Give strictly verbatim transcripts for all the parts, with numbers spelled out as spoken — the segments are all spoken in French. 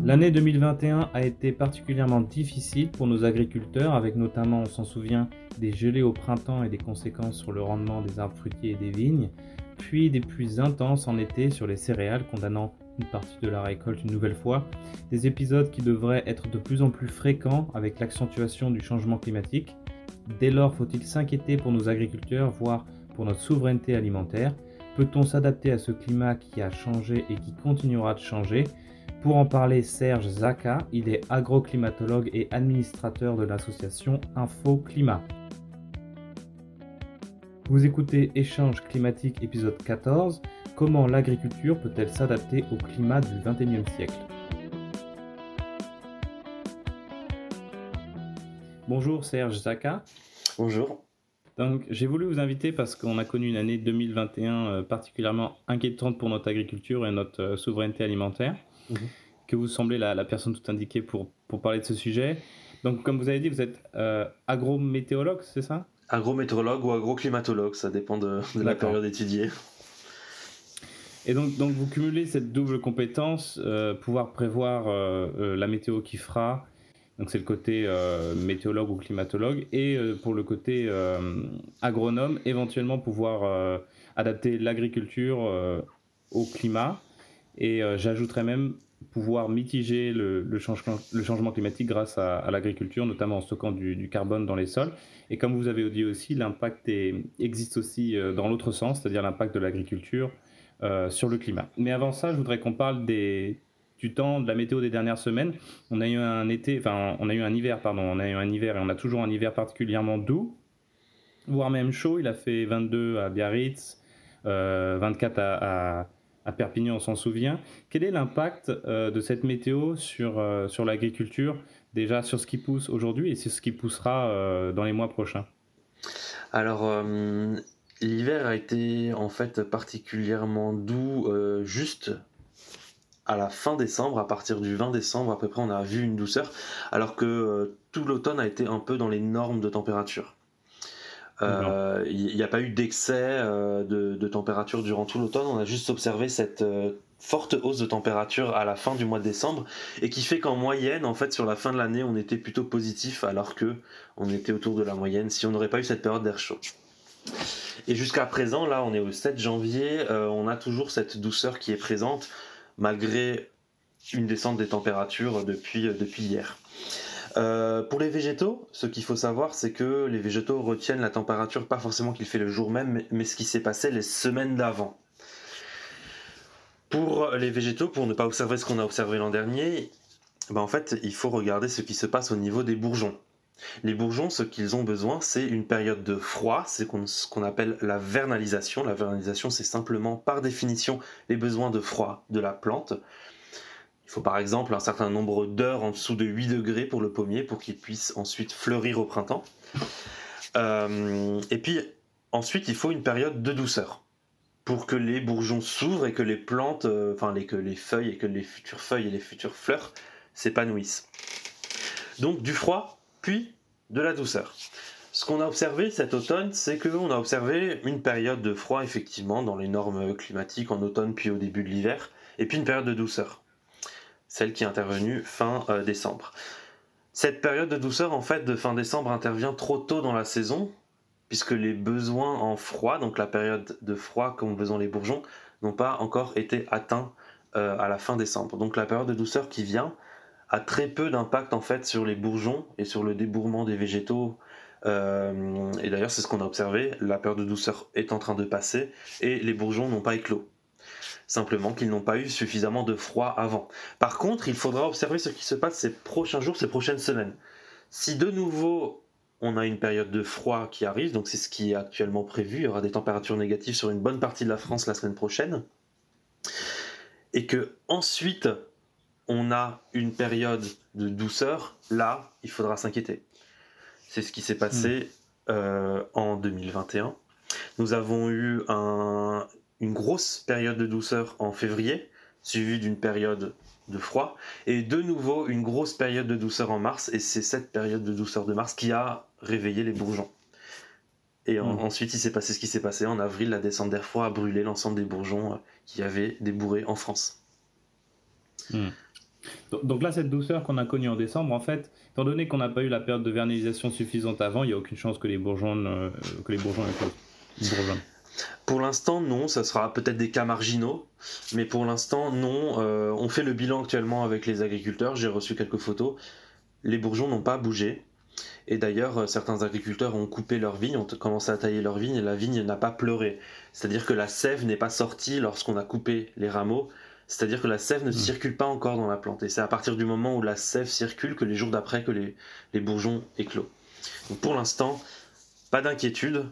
L'année deux mille vingt et un a été particulièrement difficile pour nos agriculteurs, avec notamment, on s'en souvient, des gelées au printemps et des conséquences sur le rendement des arbres fruitiers et des vignes, puis des pluies intenses en été sur les céréales, condamnant une partie de la récolte une nouvelle fois, des épisodes qui devraient être de plus en plus fréquents avec l'accentuation du changement climatique. Dès lors, faut-il s'inquiéter pour nos agriculteurs, voire pour notre souveraineté alimentaire? Peut-on s'adapter à ce climat qui a changé et qui continuera de changer? Pour en parler, Serge Zaka, il est agroclimatologue et administrateur de l'association InfoClimat. Vous écoutez Échange climatique épisode quatorze, comment l'agriculture peut-elle s'adapter au climat du vingt et unième siècle? Bonjour Serge Zaka. Bonjour. Donc, j'ai voulu vous inviter parce qu'on a connu une année deux mille vingt et un particulièrement inquiétante pour notre agriculture et notre souveraineté alimentaire. Mmh. Que vous semblez la, la personne tout indiquée pour, pour parler de ce sujet. Donc, comme vous avez dit, vous êtes euh, agrométéorologue, c'est ça? Agrométéorologue ou agroclimatologue, ça dépend de, de la période étudiée. Et donc, donc, vous cumulez cette double compétence, euh, pouvoir prévoir euh, euh, la météo qui fera, donc c'est le côté euh, météorologue ou climatologue, et euh, pour le côté euh, agronome, éventuellement pouvoir euh, adapter l'agriculture euh, au climat. Et euh, j'ajouterais même pouvoir mitiger le, le, changement, le changement climatique grâce à, à l'agriculture, notamment en stockant du, du carbone dans les sols. Et comme vous avez dit aussi, l'impact est, existe aussi euh, dans l'autre sens, c'est-à-dire l'impact de l'agriculture euh, sur le climat. Mais avant ça, je voudrais qu'on parle des, du temps, de la météo des dernières semaines. On a eu un été, enfin, on a eu un hiver, pardon, on a eu un hiver et on a toujours un hiver particulièrement doux, voire même chaud. Il a fait vingt-deux à Biarritz, euh, vingt-quatre à, à à Perpignan, on s'en souvient. Quel est l'impact euh, de cette météo sur, euh, sur l'agriculture, déjà sur ce qui pousse aujourd'hui et sur ce qui poussera euh, dans les mois prochains? Alors, euh, l'hiver a été en fait particulièrement doux euh, juste à la fin décembre, à partir du vingt décembre à peu près, on a vu une douceur, alors que euh, tout l'automne a été un peu dans les normes de température. Il euh, n'y a pas eu d'excès euh, de, de température durant tout l'automne, on a juste observé cette euh, forte hausse de température à la fin du mois de décembre et qui fait qu'en moyenne, en fait, sur la fin de l'année, on était plutôt positif alors que on était autour de la moyenne si on n'aurait pas eu cette période d'air chaud. Et jusqu'à présent, là, on est au sept janvier, euh, on a toujours cette douceur qui est présente malgré une descente des températures depuis, euh, depuis hier. Euh, pour les végétaux, ce qu'il faut savoir, c'est que les végétaux retiennent la température, pas forcément qu'il fait le jour même, mais, mais ce qui s'est passé les semaines d'avant. Pour les végétaux, pour ne pas observer ce qu'on a observé l'an dernier, ben en fait, il faut regarder ce qui se passe au niveau des bourgeons. Les bourgeons, ce qu'ils ont besoin, c'est une période de froid, c'est ce qu'on appelle la vernalisation. La vernalisation, c'est simplement, par définition, les besoins de froid de la plante. Il faut par exemple un certain nombre d'heures en dessous de huit degrés pour le pommier pour qu'il puisse ensuite fleurir au printemps. Euh, et puis ensuite il faut une période de douceur pour que les bourgeons s'ouvrent et que les plantes, euh, enfin les, que les feuilles et que les futures feuilles et les futures fleurs s'épanouissent. Donc du froid puis de la douceur. Ce qu'on a observé cet automne, c'est qu'on a observé une période de froid effectivement dans les normes climatiques en automne puis au début de l'hiver, et puis une période de douceur. Celle qui est intervenue fin euh, décembre. Cette période de douceur, en fait, de fin décembre intervient trop tôt dans la saison, puisque les besoins en froid, donc la période de froid qu'ont besoin les bourgeons, n'ont pas encore été atteints euh, à la fin décembre. Donc la période de douceur qui vient a très peu d'impact en fait sur les bourgeons et sur le débourrement des végétaux. Euh, et d'ailleurs, c'est ce qu'on a observé. La période de douceur est en train de passer et les bourgeons n'ont pas éclos. Simplement qu'ils n'ont pas eu suffisamment de froid avant. Par contre, il faudra observer ce qui se passe ces prochains jours, ces prochaines semaines. Si de nouveau on a une période de froid qui arrive, donc c'est ce qui est actuellement prévu, il y aura des températures négatives sur une bonne partie de la France la semaine prochaine, et que ensuite on a une période de douceur, là il faudra s'inquiéter. C'est ce qui s'est passé mmh. euh, en deux mille vingt et un. Nous avons eu un... une grosse période de douceur en février, suivie d'une période de froid, et de nouveau une grosse période de douceur en mars, et c'est cette période de douceur de mars qui a réveillé les bourgeons. Et en, mmh. ensuite, il s'est passé ce qui s'est passé en avril, la descente d'air froid a brûlé l'ensemble des bourgeons qui avaient débourré en France. Mmh. Donc, donc là, cette douceur qu'on a connue en décembre, en fait, étant donné qu'on n'a pas eu la période de vernalisation suffisante avant, il n'y a aucune chance que les bourgeons, ne- que les bourgeons éclosent. Bourgeonnent. Pour l'instant, non, ça sera peut-être des cas marginaux, mais pour l'instant, non. Euh, on fait le bilan actuellement avec les agriculteurs, j'ai reçu quelques photos. Les bourgeons n'ont pas bougé. Et d'ailleurs, euh, certains agriculteurs ont coupé leur vigne, ont commencé à tailler leur vigne, et la vigne n'a pas pleuré. C'est-à-dire que la sève n'est pas sortie lorsqu'on a coupé les rameaux, c'est-à-dire que la sève ne Mmh. circule pas encore dans la plante. Et c'est à partir du moment où la sève circule que les jours d'après que les, les bourgeons éclosent. Donc pour l'instant, pas d'inquiétude.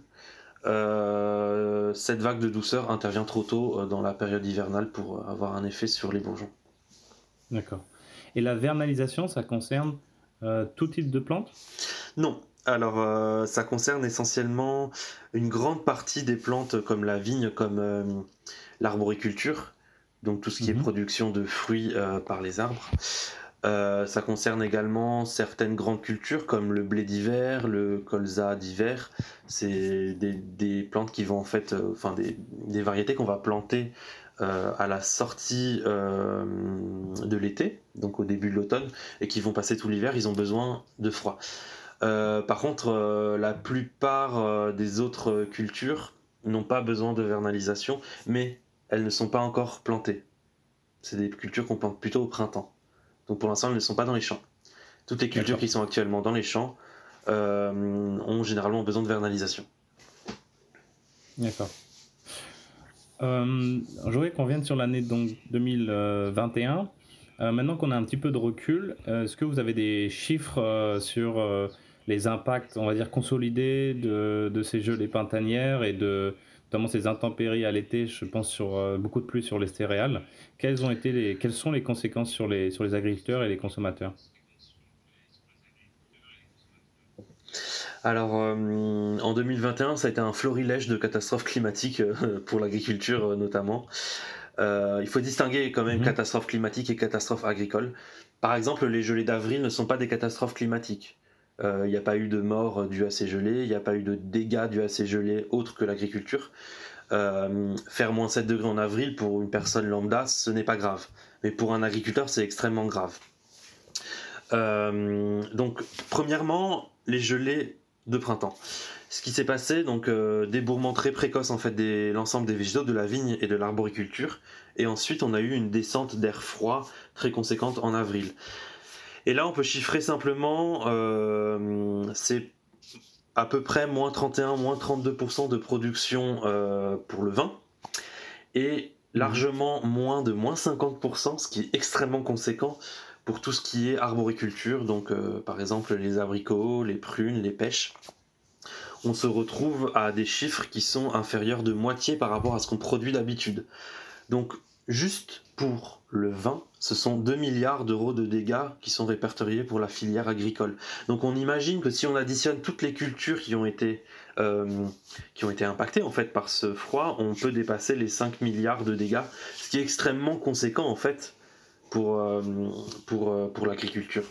Euh, cette vague de douceur intervient trop tôt euh, dans la période hivernale pour euh, avoir un effet sur les bourgeons. D'accord. Et la vernalisation, ça concerne euh, tout type de plante? Non. Alors, euh, ça concerne essentiellement une grande partie des plantes comme la vigne, comme euh, l'arboriculture, donc tout ce qui est Mhm. production de fruits euh, par les arbres. Euh, ça concerne également certaines grandes cultures comme le blé d'hiver, le colza d'hiver. C'est des, des plantes qui vont en fait, euh, enfin des, des variétés qu'on va planter euh, à la sortie euh, de l'été, donc au début de l'automne, et qui vont passer tout l'hiver. Ils ont besoin de froid. Euh, par contre, euh, la plupart euh, des autres cultures n'ont pas besoin de vernalisation, mais elles ne sont pas encore plantées. C'est des cultures qu'on plante plutôt au printemps. Donc pour l'instant, elles ne sont pas dans les champs. Toutes les cultures D'accord. qui sont actuellement dans les champs euh, ont généralement besoin de vernalisation. D'accord. Euh, je voudrais qu'on vienne sur l'année donc deux mille vingt et un. Euh, maintenant qu'on a un petit peu de recul, euh, est-ce que vous avez des chiffres euh, sur euh, les impacts, on va dire, consolidés de, de ces gelées printanières et de notamment ces intempéries à l'été, je pense sur euh, beaucoup de pluie sur les céréales. Quelles ont été les, quelles sont les conséquences sur les, sur les agriculteurs et les consommateurs? Alors euh, en deux mille vingt et un, ça a été un florilège de catastrophes climatiques euh, pour l'agriculture euh, notamment. Euh, il faut distinguer quand même Mhm. catastrophes climatiques et catastrophes agricoles. Par exemple, les gelées d'avril ne sont pas des catastrophes climatiques. Euh, Il n'y a pas eu de morts dues à ces gelées, il n'y a pas eu de dégâts dus à ces gelées autres que l'agriculture. Euh, faire moins sept degrés en avril pour une personne lambda, ce n'est pas grave. Mais pour un agriculteur, c'est extrêmement grave. Euh, donc, premièrement, les gelées de printemps. Ce qui s'est passé, donc euh, débourrement très précoce en fait de l'ensemble des végétaux, de la vigne et de l'arboriculture, et ensuite on a eu une descente d'air froid très conséquente en avril. Et là on peut chiffrer simplement, euh, c'est à peu près moins trente et un, moins trente-deux pour cent de production euh, pour le vin, et Mhm. largement moins de moins cinquante pour cent, ce qui est extrêmement conséquent pour tout ce qui est arboriculture, donc euh, par exemple les abricots, les prunes, les pêches. On se retrouve à des chiffres qui sont inférieurs de moitié par rapport à ce qu'on produit d'habitude. Donc juste pour le vin, ce sont deux milliards d'euros de dégâts qui sont répertoriés pour la filière agricole. Donc on imagine que si on additionne toutes les cultures qui ont été, euh, qui ont été impactées en fait par ce froid, on peut dépasser les cinq milliards de dégâts, ce qui est extrêmement conséquent en fait pour, euh, pour, euh, pour l'agriculture.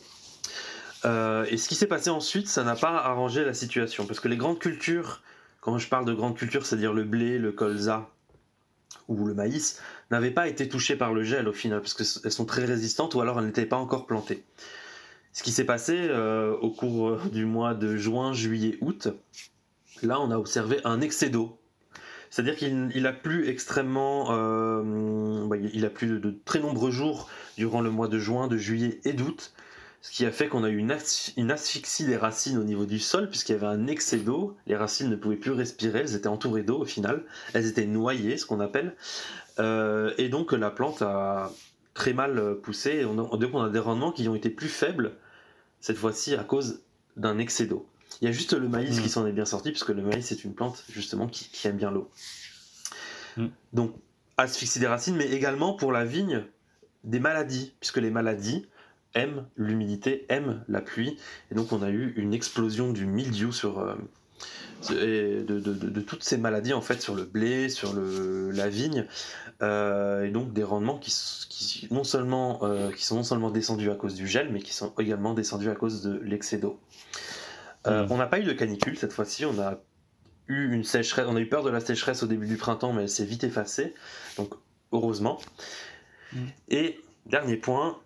Euh, et ce qui s'est passé ensuite, ça n'a pas arrangé la situation. Parce que les grandes cultures, quand je parle de grandes cultures, c'est-à-dire le blé, le colza ou le maïs, n'avaient pas été touchées par le gel au final, parce qu'elles sont très résistantes ou alors elles n'étaient pas encore plantées. Ce qui s'est passé euh, au cours du mois de juin, juillet, août, là on a observé un excès d'eau. C'est-à-dire qu'il il a plu extrêmement, euh, bah, il a plu de, de très nombreux jours durant le mois de juin, de juillet et d'août, ce qui a fait qu'on a eu une, as- une asphyxie des racines au niveau du sol, puisqu'il y avait un excès d'eau, les racines ne pouvaient plus respirer, elles étaient entourées d'eau au final, elles étaient noyées, ce qu'on appelle, euh, et donc la plante a très mal poussé, et on a, donc on a des rendements qui ont été plus faibles, cette fois-ci à cause d'un excès d'eau. Il y a juste le maïs qui Mhm. s'en est bien sorti, puisque le maïs c'est une plante justement qui, qui aime bien l'eau. Mhm. Donc asphyxie des racines, mais également pour la vigne, des maladies, puisque les maladies aiment l'humidité, aiment la pluie, et donc on a eu une explosion du mildiou sur euh, et de, de, de, de toutes ces maladies en fait sur le blé, sur le, la vigne, euh, et donc des rendements qui, qui, non seulement, euh, qui sont non seulement descendus à cause du gel, mais qui sont également descendus à cause de l'excès d'eau. Euh, Mhm. on n'a pas eu de canicule cette fois-ci, on a eu une sécheresse, on a eu peur de la sécheresse au début du printemps, mais elle s'est vite effacée, donc heureusement. Mhm. Et dernier point,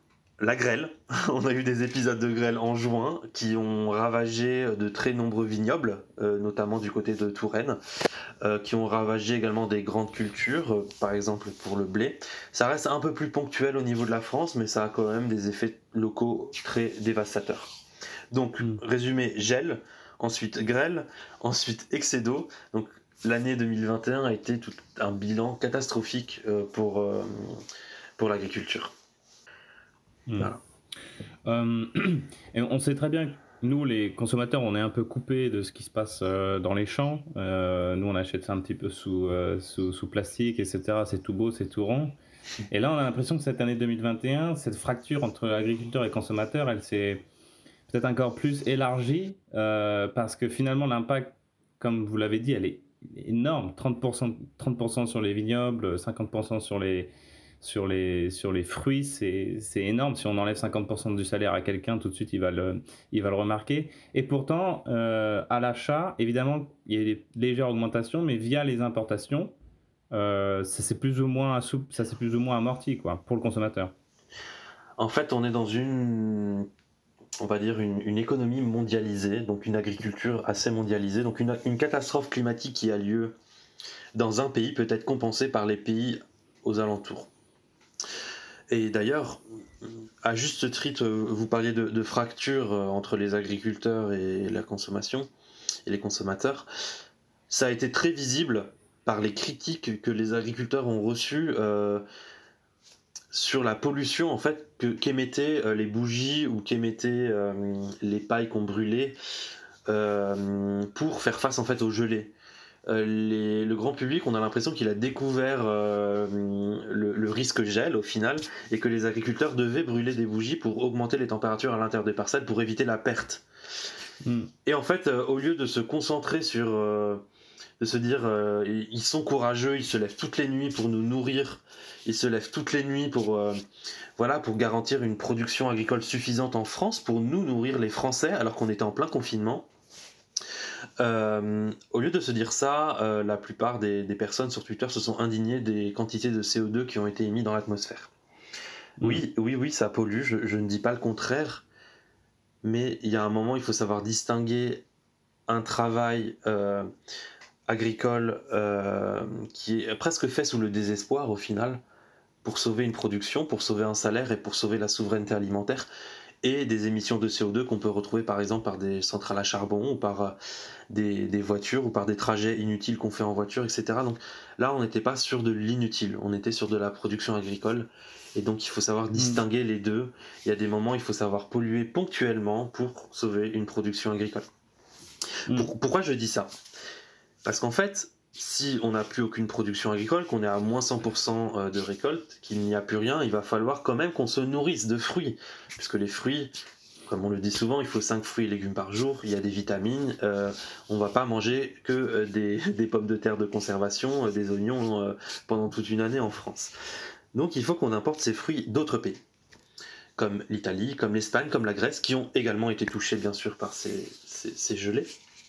la grêle. On a eu des épisodes de grêle en juin qui ont ravagé de très nombreux vignobles, euh, notamment du côté de Touraine, euh, qui ont ravagé également des grandes cultures, euh, par exemple pour le blé. Ça reste un peu plus ponctuel au niveau de la France, mais ça a quand même des effets locaux très dévastateurs. Donc, mmh. résumé, gel, ensuite grêle, ensuite excès d'eau. Donc, l'année deux mille vingt et un a été tout un bilan catastrophique euh, pour, euh, pour l'agriculture. Mmh. Voilà. Euh, et on sait très bien que nous, les consommateurs, on est un peu coupés de ce qui se passe euh, dans les champs. Euh, nous, on achète ça un petit peu sous, euh, sous, sous plastique, et cetera. C'est tout beau, c'est tout rond. Et là, on a l'impression que cette année deux mille vingt et un, cette fracture entre agriculteurs et consommateurs, elle s'est peut-être encore plus élargie euh, parce que finalement, l'impact, comme vous l'avez dit, elle est énorme. trente pour cent, trente pour cent sur les vignobles, cinquante pour cent sur les... Sur les, sur les fruits, c'est, c'est énorme. Si on enlève cinquante pour cent du salaire à quelqu'un, tout de suite, il va le, il va le remarquer. Et pourtant, euh, à l'achat, évidemment, il y a des légères augmentations, mais via les importations, euh, ça, c'est plus ou moins assoup- ça c'est plus ou moins amorti, quoi, pour le consommateur. En fait, on est dans une, on va dire, une, une économie mondialisée, donc une agriculture assez mondialisée. Donc une, une catastrophe climatique qui a lieu dans un pays peut être compensée par les pays aux alentours. Et d'ailleurs, à juste titre, vous parliez de, de fracture entre les agriculteurs et la consommation, et les consommateurs. Ça a été très visible par les critiques que les agriculteurs ont reçues euh, sur la pollution en fait, que, qu'émettaient euh, les bougies ou qu'émettaient euh, les pailles qu'on brûlait euh, pour faire face en fait, aux gelées. Euh, les, le grand public, on a l'impression qu'il a découvert euh, le, le risque gel au final et que les agriculteurs devaient brûler des bougies pour augmenter les températures à l'intérieur des parcelles pour éviter la perte. Mm. Et en fait, euh, au lieu de se concentrer sur, euh, de se dire, euh, ils sont courageux, ils se lèvent toutes les nuits pour nous nourrir, ils se lèvent toutes les nuits pour, euh, voilà, pour garantir une production agricole suffisante en France, pour nous nourrir les Français alors qu'on était en plein confinement. Euh, au lieu de se dire ça, euh, la plupart des, des personnes sur Twitter se sont indignées des quantités de C O deux qui ont été émises dans l'atmosphère. Mmh. Oui, oui, oui, ça pollue, je, je ne dis pas le contraire, mais il y a un moment, il faut savoir distinguer un travail euh, agricole euh, qui est presque fait sous le désespoir au final, pour sauver une production, pour sauver un salaire et pour sauver la souveraineté alimentaire, et des émissions de C O deux qu'on peut retrouver par exemple par des centrales à charbon ou par des, des voitures ou par des trajets inutiles qu'on fait en voiture, et cetera. Donc là, on n'était pas sur de l'inutile, on était sur de la production agricole. Et donc il faut savoir distinguer mmh. les deux. Il y a des moments, il faut savoir polluer ponctuellement pour sauver une production agricole. Mmh. Pour, pourquoi je dis ça ? Parce qu'en fait, si on n'a plus aucune production agricole, qu'on est à moins cent pour cent de récolte, qu'il n'y a plus rien, il va falloir quand même qu'on se nourrisse de fruits. Puisque les fruits, comme on le dit souvent, il faut cinq fruits et légumes par jour, il y a des vitamines, euh, on ne va pas manger que euh, des, des pommes de terre de conservation, euh, des oignons euh, pendant toute une année en France. Donc il faut qu'on importe ces fruits d'autres pays, comme l'Italie, comme l'Espagne, comme la Grèce, qui ont également été touchés bien sûr par ces, ces, ces gelées.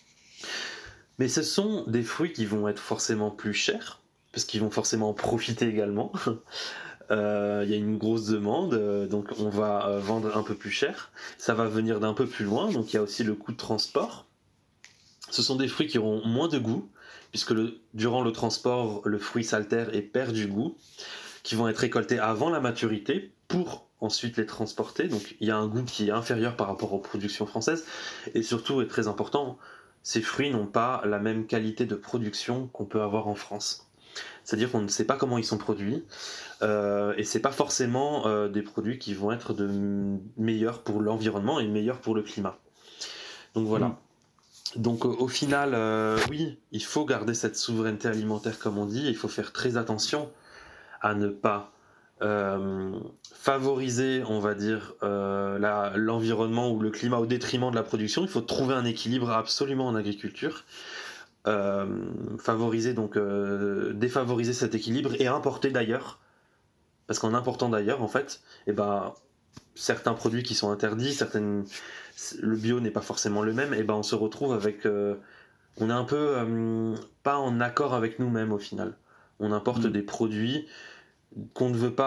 Mais ce sont des fruits qui vont être forcément plus chers, parce qu'ils vont forcément en profiter également. Il euh, y a une grosse demande, euh, donc on va euh, vendre un peu plus cher. Ça va venir d'un peu plus loin, donc il y a aussi le coût de transport. Ce sont des fruits qui auront moins de goût, puisque le, durant le transport, le fruit s'altère et perd du goût, qui vont être récoltés avant la maturité pour ensuite les transporter. Donc il y a un goût qui est inférieur par rapport aux productions françaises, et surtout, et très important, ces fruits n'ont pas la même qualité de production qu'on peut avoir en France. C'est-à-dire qu'on ne sait pas comment ils sont produits, euh, et c'est pas forcément euh, des produits qui vont être de meilleurs pour l'environnement et meilleurs pour le climat. Donc voilà. Mmh. Donc au final, euh, oui, il faut garder cette souveraineté alimentaire comme on dit, il faut faire très attention à ne pas euh, favoriser, on va dire, euh, la, l'environnement ou le climat au détriment de la production. Il faut trouver un équilibre absolument en agriculture. Euh, favoriser donc euh, défavoriser cet équilibre et importer d'ailleurs, parce qu'en important d'ailleurs en fait, et eh ben certains produits qui sont interdits, certaines, le bio n'est pas forcément le même, et eh ben on se retrouve avec, euh, on est un peu euh, pas en accord avec nous-mêmes au final. On importe mmh. des produits qu'on ne veut pas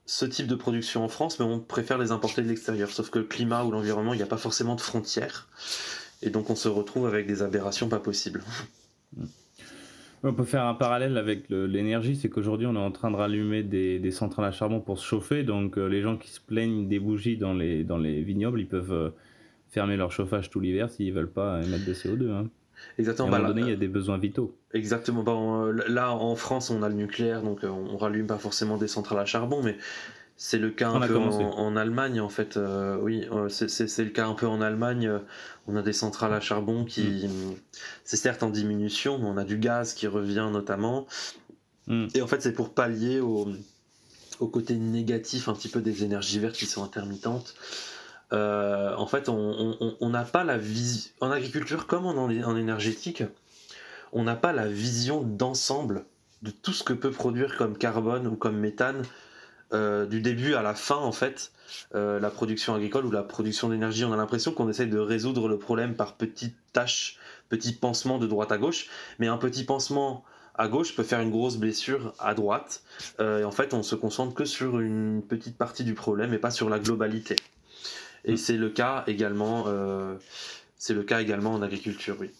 ce type de production en France, mais on préfère les importer de l'extérieur. Sauf que le climat ou l'environnement, il n'y a pas forcément de frontières. Et donc on se retrouve avec des aberrations pas possibles. On peut faire un parallèle avec le, l'énergie, c'est qu'aujourd'hui on est en train de rallumer des, des centrales à charbon pour se chauffer, donc euh, les gens qui se plaignent des bougies dans les, dans les vignobles, ils peuvent euh, fermer leur chauffage tout l'hiver s'ils veulent pas émettre de C O deux. Hein. Exactement. Et à un Bah, moment là, donné, il y a des besoins vitaux. exactement. Bah, on- là, en France, on a le nucléaire, donc euh, on rallume pas forcément des centrales à charbon, mais c'est le cas un On a peu en, commencé. en Allemagne, en fait. Euh, oui, euh, c'est, c'est- c'est le cas un peu en Allemagne. Euh, On a des centrales à charbon qui, Mm. c'est certes en diminution, mais on a du gaz qui revient notamment. Mm. Et en fait, c'est pour pallier au, au côté négatif un petit peu des énergies vertes qui sont intermittentes. Euh, en fait, on n'a pas la vision en agriculture comme en, en énergétique, on n'a pas la vision d'ensemble de tout ce que peut produire comme carbone ou comme méthane euh, du début à la fin en fait. Euh, la production agricole ou la production d'énergie, on a l'impression qu'on essaye de résoudre le problème par petites tâches, petits pansements de droite à gauche, mais un petit pansement à gauche peut faire une grosse blessure à droite. Euh, et en fait, on se concentre que sur une petite partie du problème et pas sur la globalité. Et c'est le cas également, euh, c'est le cas également en agriculture, oui.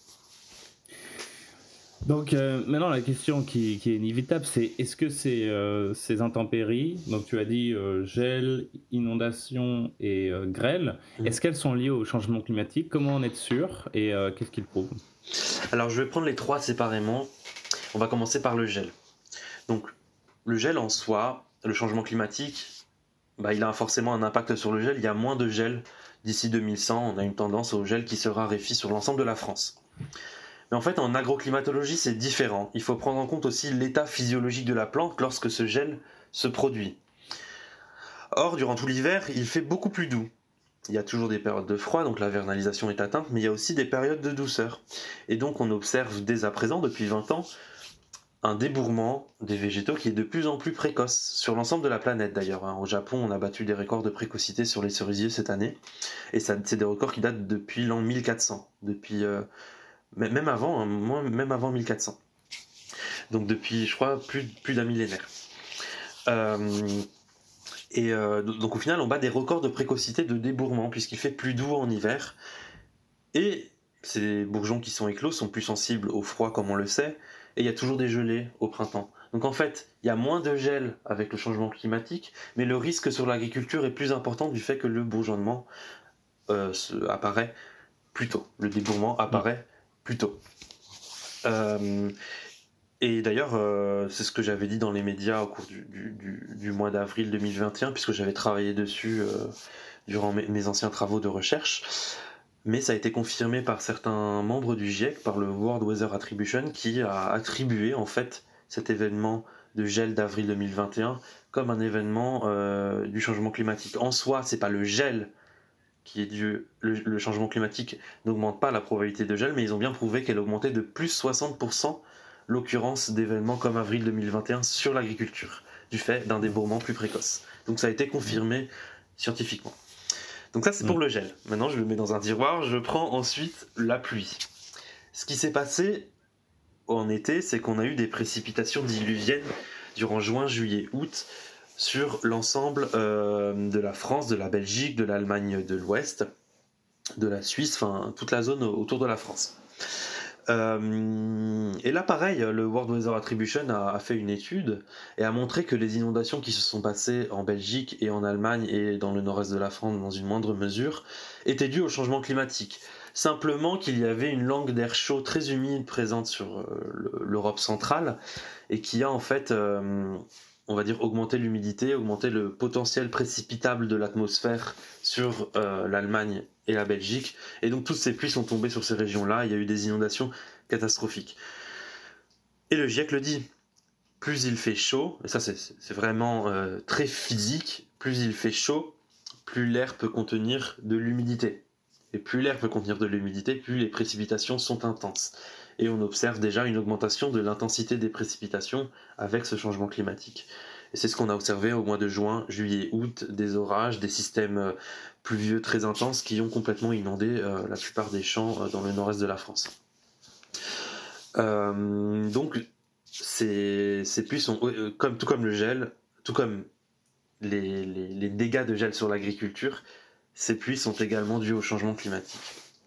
Donc euh, maintenant la question qui, qui est inévitable, c'est est-ce que ces, euh, ces intempéries, donc tu as dit euh, gel, inondation et euh, grêle, Mmh. est-ce qu'elles sont liées au changement climatique? Comment en être sûr et euh, qu'est-ce qu'ils prouvent? Alors je vais prendre les trois séparément. On va commencer par le gel. Donc le gel en soi, le changement climatique, bah, il a forcément un impact sur le gel. Il y a moins de gel d'ici deux mille cent. On a une tendance au gel qui se raréfie sur l'ensemble de la France. Mais en fait, en agroclimatologie, c'est différent. Il faut prendre en compte aussi l'état physiologique de la plante lorsque ce gel se produit. Or, durant tout l'hiver, il fait beaucoup plus doux. Il y a toujours des périodes de froid, donc la vernalisation est atteinte, mais il y a aussi des périodes de douceur. Et donc on observe dès à présent, depuis vingt ans, un débourrement des végétaux qui est de plus en plus précoce, sur l'ensemble de la planète d'ailleurs. Au Japon, on a battu des records de précocité sur les cerisiers cette année, et ça, c'est des records qui datent depuis l'an mille quatre cents, depuis, euh, même avant, hein, même avant mille quatre cents. Donc depuis, je crois, plus, plus d'un millénaire. Euh, et euh, donc au final, on bat des records de précocité de débourrement, puisqu'il fait plus doux en hiver, et ces bourgeons qui sont éclos sont plus sensibles au froid, comme on le sait, et il y a toujours des gelées au printemps. Donc en fait, il y a moins de gel avec le changement climatique, mais le risque sur l'agriculture est plus important du fait que le bourgeonnement euh, se, apparaît plus tôt. Le débourrement apparaît plus tôt. Euh, et d'ailleurs, euh, c'est ce que j'avais dit dans les médias au cours du, du, du, du mois d'avril deux mille vingt et un, puisque j'avais travaillé dessus euh, durant mes, mes anciens travaux de recherche. Mais ça a été confirmé par certains membres du GIEC, par le World Weather Attribution, qui a attribué en fait cet événement de gel d'avril deux mille vingt et un comme un événement euh, du changement climatique. En soi, c'est pas le gel qui est dû, le, le changement climatique n'augmente pas la probabilité de gel, mais ils ont bien prouvé qu'elle augmentait de plus soixante pour cent l'occurrence d'événements comme avril deux mille vingt et un sur l'agriculture, du fait d'un débourrement plus précoce. Donc ça a été confirmé scientifiquement. Donc ça c'est pour le gel. Maintenant je le mets dans un tiroir, je prends ensuite la pluie. Ce qui s'est passé en été, c'est qu'on a eu des précipitations diluviennes durant juin, juillet, août sur l'ensemble euh, de la France, de la Belgique, de l'Allemagne de l'Ouest, de la Suisse, enfin toute la zone autour de la France. Euh, et là pareil, le World Weather Attribution a, a fait une étude et a montré que les inondations qui se sont passées en Belgique et en Allemagne et dans le nord-est de la France dans une moindre mesure étaient dues au changement climatique. Simplement qu'il y avait une langue d'air chaud très humide présente sur euh, l'Europe centrale et qui a en fait, euh, on va dire, augmenté l'humidité, augmenté le potentiel précipitable de l'atmosphère sur euh, l'Allemagne et la Belgique, et donc toutes ces pluies sont tombées sur ces régions-là, il y a eu des inondations catastrophiques. Et le GIEC le dit, plus il fait chaud, et ça c'est, c'est vraiment euh, très physique, plus il fait chaud, plus l'air peut contenir de l'humidité. Et plus l'air peut contenir de l'humidité, plus les précipitations sont intenses. Et on observe déjà une augmentation de l'intensité des précipitations avec ce changement climatique. Et c'est ce qu'on a observé au mois de juin, juillet, août, des orages, des systèmes pluvieux très intenses qui ont complètement inondé euh, la plupart des champs euh, dans le nord-est de la France. Euh, donc ces, ces pluies sont, euh, comme, tout comme le gel, tout comme les, les, les dégâts de gel sur l'agriculture, ces pluies sont également dues au changement climatique.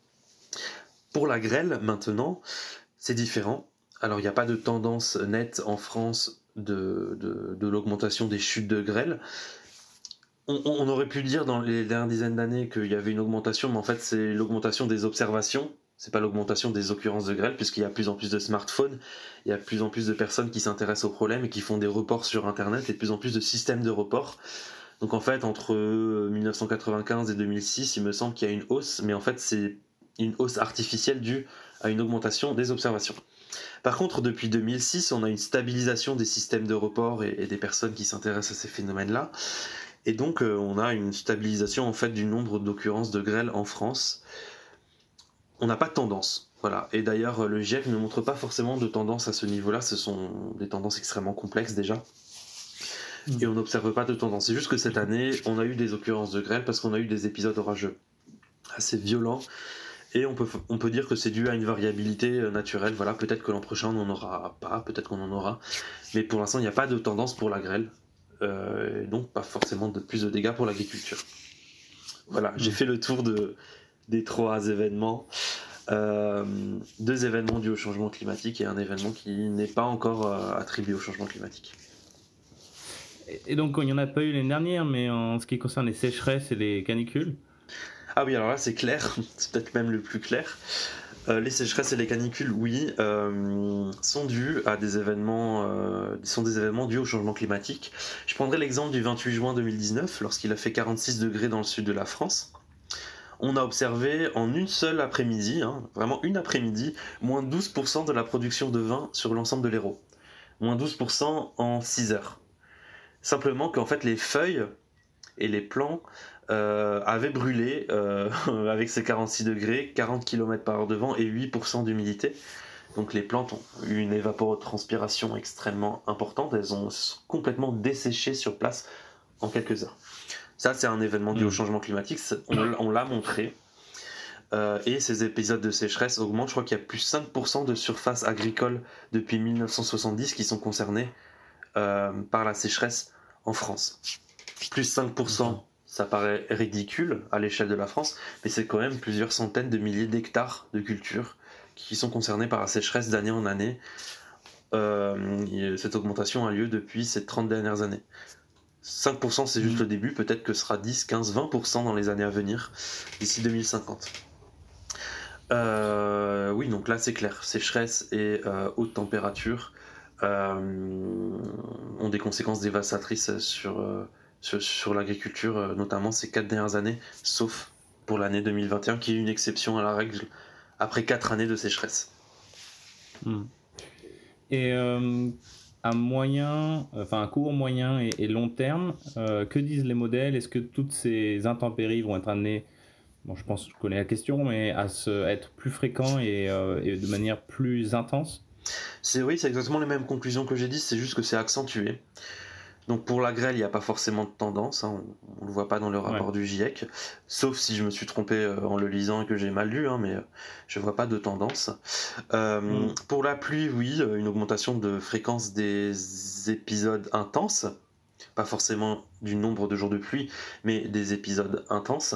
Pour la grêle, maintenant, c'est différent. Alors, il n'y a pas de tendance nette en France de, de, de l'augmentation des chutes de grêle. On, on aurait pu dire dans les dernières dizaines d'années qu'il y avait une augmentation, mais en fait, c'est l'augmentation des observations. C'est pas l'augmentation des occurrences de grêle, puisqu'il y a de plus en plus de smartphones, il y a de plus en plus de personnes qui s'intéressent au problème et qui font des reports sur Internet, et de plus en plus de systèmes de report. Donc en fait, entre dix-neuf cent quatre-vingt-quinze et deux mille six, il me semble qu'il y a une hausse, mais en fait, c'est une hausse artificielle due à une augmentation des observations. Par contre, depuis deux mille six, on a une stabilisation des systèmes de report et, et des personnes qui s'intéressent à ces phénomènes-là. Et donc, euh, on a une stabilisation en fait du nombre d'occurrences de grêle en France. On n'a pas de tendance, voilà. Et d'ailleurs, le GIEC ne montre pas forcément de tendance à ce niveau-là. Ce sont des tendances extrêmement complexes déjà. Mmh. Et on n'observe pas de tendance. C'est juste que cette année, on a eu des occurrences de grêle parce qu'on a eu des épisodes orageux assez violents. Et on peut, on peut dire que c'est dû à une variabilité naturelle. Voilà, peut-être que l'an prochain, on n'en aura pas, peut-être qu'on en aura. Mais pour l'instant, il n'y a pas de tendance pour la grêle. Euh, donc pas forcément de plus de dégâts pour l'agriculture. Voilà, mmh. J'ai fait le tour de, des trois événements. Euh, deux événements dus au changement climatique et un événement qui n'est pas encore euh, attribué au changement climatique. Et donc il n'y en a pas eu l'année dernière, mais en ce qui concerne les sécheresses et les canicules? Ah oui, alors là c'est clair, c'est peut-être même le plus clair. Euh, les sécheresses et les canicules, oui, euh, sont dus à des événements, euh, sont des événements dus au changement climatique. Je prendrai l'exemple du vingt-huit juin deux mille dix-neuf, lorsqu'il a fait quarante-six degrés dans le sud de la France. On a observé en une seule après-midi, hein, vraiment une après-midi, moins douze pour cent de la production de vin sur l'ensemble de l'Hérault. Moins douze pour cent en six heures. Simplement qu'en fait les feuilles et les plants euh, avaient brûlé euh, avec ces quarante-six degrés, quarante kilomètres par heure de vent et huit pour cent d'humidité. Donc les plantes ont eu une évapotranspiration extrêmement importante, elles ont complètement desséché sur place en quelques heures. Ça c'est un événement dû mmh. au changement climatique, on, on l'a montré. Euh, et ces épisodes de sécheresse augmentent, je crois qu'il y a plus cinq pour cent de surfaces agricoles depuis dix-neuf cent soixante-dix qui sont concernées euh, par la sécheresse en France. Plus cinq pour cent, ça paraît ridicule à l'échelle de la France, mais c'est quand même plusieurs centaines de milliers d'hectares de cultures qui sont concernés par la sécheresse d'année en année. Euh, cette augmentation a lieu depuis ces trente dernières années. cinq pour cent c'est juste mmh. le début, peut-être que ce sera dix, quinze, vingt pour cent dans les années à venir, d'ici deux mille cinquante. Euh, oui, donc là c'est clair, sécheresse et euh, haute température euh, ont des conséquences dévastatrices sur... Euh, Sur, sur l'agriculture, notamment ces quatre dernières années, sauf pour l'année deux mille vingt et un, qui est une exception à la règle, après quatre années de sécheresse. Mmh. Et euh, à moyen, enfin à court, moyen et, et long terme, euh, que disent les modèles? Est-ce que toutes ces intempéries vont être amenées, bon je pense que je connais la question, mais à, se, à être plus fréquents et, euh, et de manière plus intense? C'est, oui, c'est exactement les mêmes conclusions que j'ai dit, c'est juste que c'est accentué. Donc pour la grêle, il n'y a pas forcément de tendance, hein, on ne le voit pas dans le rapport ouais. du GIEC, sauf si je me suis trompé euh, en le lisant et que j'ai mal lu, hein, mais euh, je ne vois pas de tendance. Euh, mmh. Pour la pluie, oui, une augmentation de fréquence des épisodes intenses, pas forcément du nombre de jours de pluie, mais des épisodes intenses.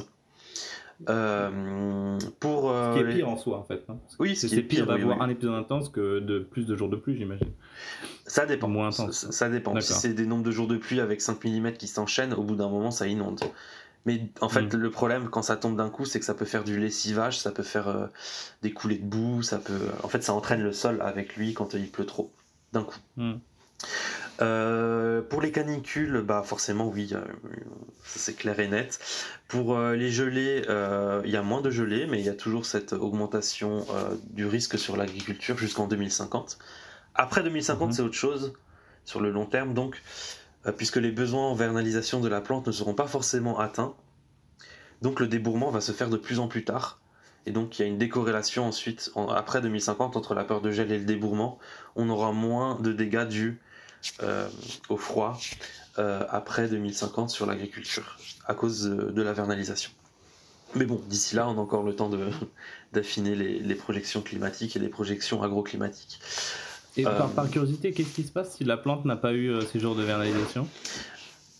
Euh, pour, euh, ce qui est pire les... en soi en fait. Hein. Oui, c'est, c'est c'est pire, pire d'avoir oui, oui. un épisode intense que de plus de jours de pluie, j'imagine. Ça dépend. Moins intense. Ça, ça dépend. D'accord. Si c'est des nombres de jours de pluie avec cinq millimètres qui s'enchaînent, au bout d'un moment, ça inonde. Mais en fait, mmh. le problème quand ça tombe d'un coup, c'est que ça peut faire du lessivage, ça peut faire euh, des coulées de boue, ça peut. En fait, ça entraîne le sol avec lui quand il pleut trop d'un coup. Mmh. Euh, pour les canicules, bah forcément oui, euh, ça c'est clair et net. Pour euh, les gelées, il euh, y a moins de gelées, mais il y a toujours cette augmentation euh, du risque sur l'agriculture jusqu'en deux mille cinquante. Après deux mille cinquante, mmh. c'est autre chose, sur le long terme donc, euh, puisque les besoins en vernalisation de la plante ne seront pas forcément atteints. Donc le débourrement va se faire de plus en plus tard. Et donc il y a une décorrélation ensuite, en, après deux mille cinquante, entre la peur de gel et le débourrement. On aura moins de dégâts dus Euh, au froid euh, après deux mille cinquante sur l'agriculture à cause de, de la vernalisation. Mais bon, d'ici là, on a encore le temps de, d'affiner les, les projections climatiques et les projections agroclimatiques. Et euh, par, par curiosité, qu'est-ce qui se passe si la plante n'a pas eu euh, ces jours de vernalisation ?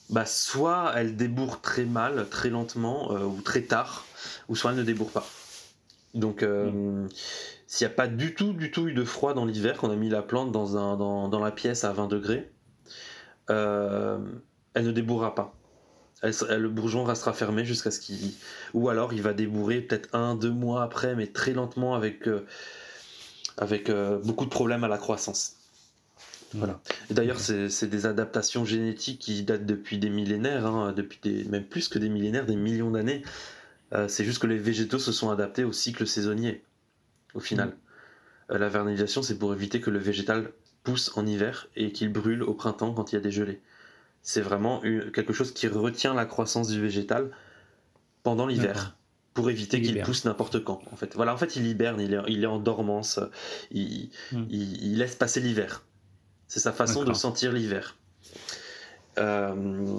bah, soit elle débourre très mal, très lentement, euh, ou très tard, ou soit elle ne débourre pas. Donc, euh, mmh. s'il n'y a pas du tout, du tout eu de froid dans l'hiver, qu'on a mis la plante dans, un, dans, dans la pièce à vingt degrés, euh, elle ne débourrera pas. Elle, elle, le bourgeon restera fermé jusqu'à ce qu'il... Ou alors il va débourrer peut-être un, deux mois après, mais très lentement, avec, euh, avec euh, beaucoup de problèmes à la croissance. Voilà. Et d'ailleurs, c'est, c'est des adaptations génétiques qui datent depuis des millénaires, hein, depuis des, même plus que des millénaires, des millions d'années. Euh, c'est juste que les végétaux se sont adaptés au cycle saisonnier, au final. Mmh. Euh, la vernalisation, c'est pour éviter que le végétal pousse en hiver et qu'il brûle au printemps quand il y a des gelées. C'est vraiment une, quelque chose qui retient la croissance du végétal pendant l'hiver. D'accord. Pour éviter il qu'il hiberne. Pousse n'importe quand. En fait, voilà, en fait, il hiberne, il est, il est en dormance, il, mmh. il, il laisse passer l'hiver. C'est sa façon D'accord. de sentir l'hiver. Euh,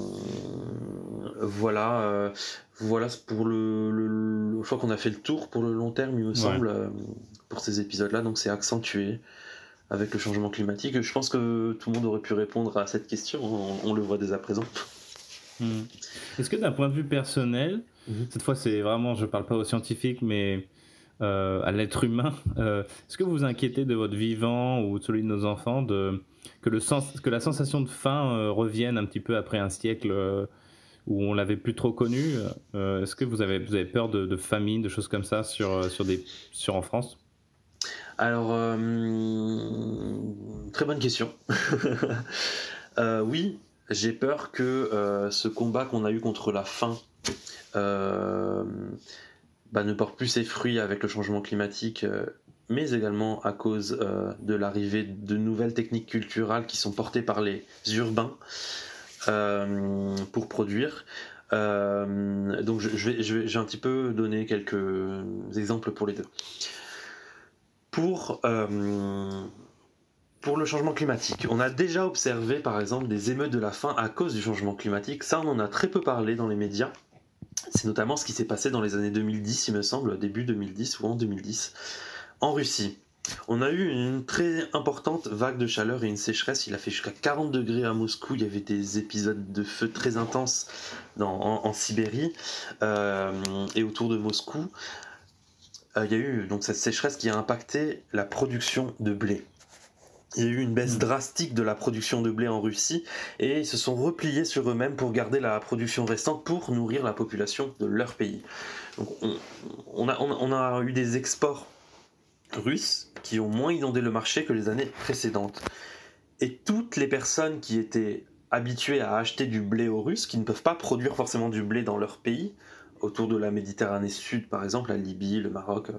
voilà, euh, voilà pour le, le, le. Je crois qu'on a fait le tour pour le long terme, il me ouais. semble, euh, pour ces épisodes-là. Donc c'est accentué avec le changement climatique. Je pense que tout le monde aurait pu répondre à cette question. On, on le voit dès à présent. Mmh. Est-ce que d'un point de vue personnel, mmh. cette fois c'est vraiment, je parle pas aux scientifiques, mais euh, à l'être humain, euh, est-ce que vous vous inquiétez de votre vivant ou de celui de nos enfants, de, que, le sens, que la sensation de faim euh, revienne un petit peu après un siècle euh, où on l'avait plus trop connu? euh, Est-ce que vous avez, vous avez peur de, de famine, de choses comme ça sur, sur, des, sur en France? Alors, euh, très bonne question. euh, oui, j'ai peur que euh, ce combat qu'on a eu contre la faim euh, bah, ne porte plus ses fruits avec le changement climatique, euh, mais également à cause euh, de l'arrivée de nouvelles techniques culturelles qui sont portées par les urbains euh, pour produire. Euh, donc je, je, vais, je vais j'ai un petit peu donné quelques exemples pour les deux. Pour, euh, pour le changement climatique, on a déjà observé par exemple des émeutes de la faim à cause du changement climatique. Ça, on en a très peu parlé dans les médias. C'est notamment ce qui s'est passé dans les années deux mille dix, il me semble, début deux mille dix ou en deux mille dix, en Russie. On a eu une très importante vague de chaleur et une sécheresse. Il a fait jusqu'à quarante degrés à Moscou. Il y avait des épisodes de feu très intenses dans, en, en Sibérie euh, et autour de Moscou. Euh, il y a eu donc cette sécheresse qui a impacté la production de blé. Il y a eu une baisse drastique de la production de blé en Russie et ils se sont repliés sur eux-mêmes pour garder la production restante pour nourrir la population de leur pays. Donc on, on, a, on a eu des exports russes qui ont moins inondé le marché que les années précédentes. Et toutes les personnes qui étaient habituées à acheter du blé aux Russes, qui ne peuvent pas produire forcément du blé dans leur pays, autour de la Méditerranée Sud par exemple, la Libye, le Maroc...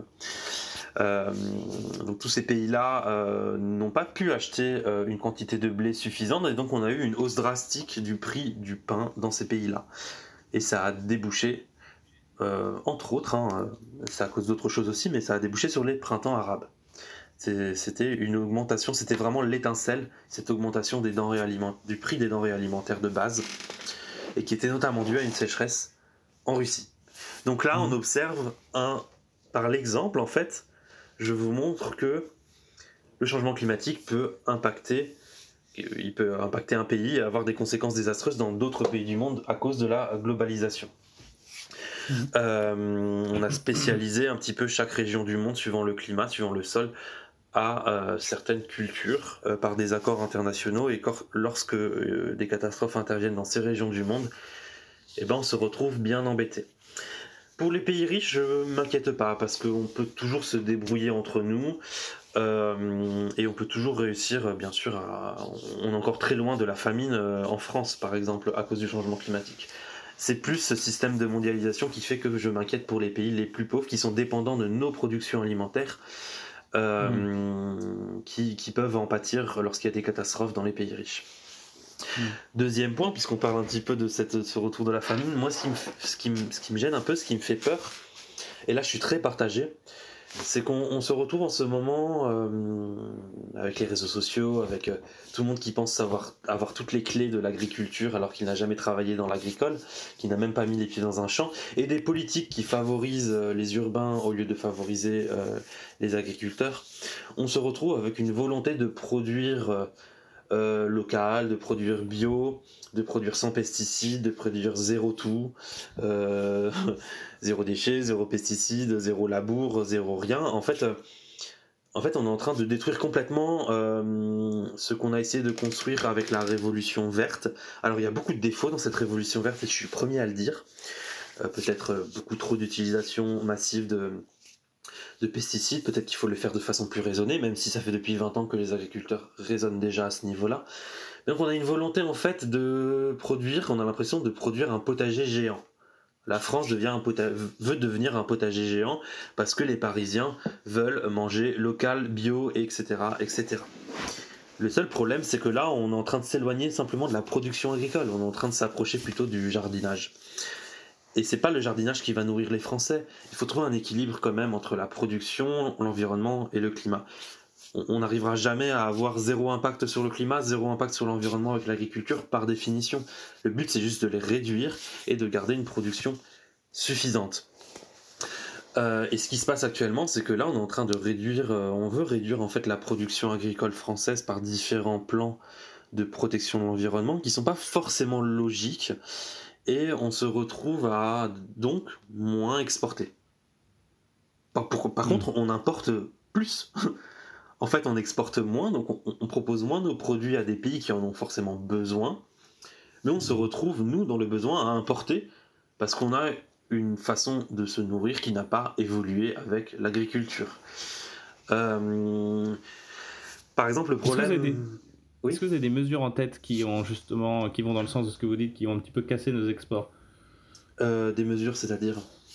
Euh, donc tous ces pays-là euh, n'ont pas pu acheter euh, une quantité de blé suffisante et donc on a eu une hausse drastique du prix du pain dans ces pays-là. Et ça a débouché, euh, entre autres, hein, c'est à cause d'autres choses aussi, mais ça a débouché sur les printemps arabes. C'est, c'était une augmentation, c'était vraiment l'étincelle, cette augmentation des denrées aliment- du prix des denrées alimentaires de base, et qui était notamment due à une sécheresse en Russie. Donc là, on observe un, par l'exemple en fait, je vous montre que le changement climatique peut impacter, il peut impacter un pays et avoir des conséquences désastreuses dans d'autres pays du monde à cause de la globalisation. Mmh. Euh, on a spécialisé un petit peu chaque région du monde suivant le climat, suivant le sol, à euh, certaines cultures euh, par des accords internationaux et cor- lorsque euh, des catastrophes interviennent dans ces régions du monde, eh ben, on se retrouve bien embêté. Pour les pays riches, je ne m'inquiète pas parce qu'on peut toujours se débrouiller entre nous euh, et on peut toujours réussir, bien sûr, à... on est encore très loin de la famine euh, en France, par exemple, à cause du changement climatique. C'est plus ce système de mondialisation qui fait que je m'inquiète pour les pays les plus pauvres qui sont dépendants de nos productions alimentaires euh, mmh. qui, qui peuvent en pâtir lorsqu'il y a des catastrophes dans les pays riches. Mmh. Deuxième point, puisqu'on parle un petit peu de, cette, de ce retour de la famine, moi ce qui, me, ce, qui me, ce qui me gêne un peu, ce qui me fait peur, et là je suis très partagé, c'est qu'on on se retrouve en ce moment euh, avec les réseaux sociaux, avec euh, tout le monde qui pense savoir avoir toutes les clés de l'agriculture alors qu'il n'a jamais travaillé dans l'agricole, qui n'a même pas mis les pieds dans un champ, et des politiques qui favorisent euh, les urbains au lieu de favoriser euh, les agriculteurs. On se retrouve avec une volonté de produire... Euh, euh, local, de produire bio, de produire sans pesticides, de produire zéro tout, euh, zéro déchet, zéro pesticide, zéro labour, zéro rien. En fait, euh, en fait, on est en train de détruire complètement euh, ce qu'on a essayé de construire avec la révolution verte. Alors, il y a beaucoup de défauts dans cette révolution verte et je suis le premier à le dire. Euh, peut-être euh, beaucoup trop d'utilisation massive de, de pesticides, peut-être qu'il faut le faire de façon plus raisonnée, même si ça fait depuis vingt ans que les agriculteurs raisonnent déjà à ce niveau-là. Donc on a une volonté en fait de produire, on a l'impression de produire un potager géant. La France devient un pota- veut devenir un potager géant parce que les Parisiens veulent manger local, bio, et cetera, et cetera. Le seul problème, c'est que là, on est en train de s'éloigner simplement de la production agricole, on est en train de s'approcher plutôt du jardinage. Et c'est pas le jardinage qui va nourrir les Français. Il faut trouver un équilibre quand même entre la production, l'environnement et le climat. On n'arrivera jamais à avoir zéro impact sur le climat, zéro impact sur l'environnement avec l'agriculture par définition. Le but, c'est juste de les réduire et de garder une production suffisante. Euh, et ce qui se passe actuellement, c'est que là, on est en train de réduire, euh, on veut réduire en fait la production agricole française par différents plans de protection de l'environnement qui sont pas forcément logiques. Et on se retrouve à donc moins exporter. Par, par, par mmh. contre, on importe plus. En fait, on exporte moins, donc on, on propose moins nos produits à des pays qui en ont forcément besoin, mais on se retrouve, nous, dans le besoin à importer, parce qu'on a une façon de se nourrir qui n'a pas évolué avec l'agriculture. Euh, par exemple, le problème... Est-ce que, des... oui Est-ce que vous avez des mesures en tête qui, ont justement, qui vont dans le sens de ce que vous dites, qui ont un petit peu cassé nos exports ? euh, Des mesures, c'est-à-dire ?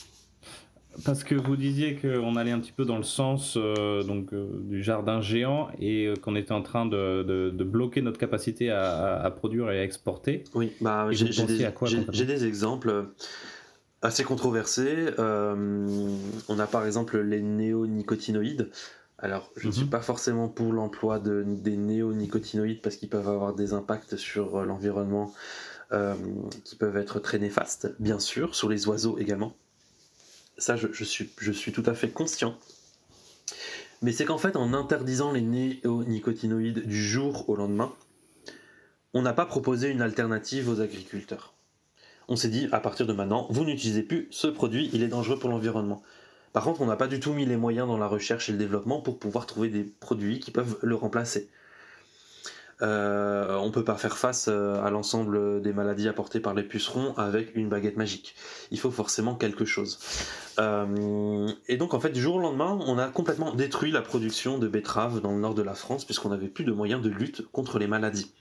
Parce que vous disiez qu'on allait un petit peu dans le sens euh, donc, euh, du jardin géant et euh, qu'on était en train de, de, de bloquer notre capacité à, à, à produire et à exporter. Oui, bah, j'ai, j'ai, des, quoi, j'ai, j'ai des exemples assez controversés. Euh, on a par exemple les néonicotinoïdes. Alors, je mm-hmm. ne suis pas forcément pour l'emploi de, des néonicotinoïdes parce qu'ils peuvent avoir des impacts sur l'environnement euh, qui peuvent être très néfastes, bien sûr, sur les oiseaux également. Ça, je, je, suis, je suis tout à fait conscient. Mais c'est qu'en fait, en interdisant les néonicotinoïdes du jour au lendemain, on n'a pas proposé une alternative aux agriculteurs. On s'est dit, à partir de maintenant, vous n'utilisez plus ce produit, il est dangereux pour l'environnement. Par contre, on n'a pas du tout mis les moyens dans la recherche et le développement pour pouvoir trouver des produits qui peuvent le remplacer. Euh, on ne peut pas faire face à l'ensemble des maladies apportées par les pucerons avec une baguette magique. Il faut forcément quelque chose. Euh, et donc en fait, du jour au lendemain, on a complètement détruit la production de betteraves dans le nord de la France puisqu'on n'avait plus de moyens de lutte contre les maladies.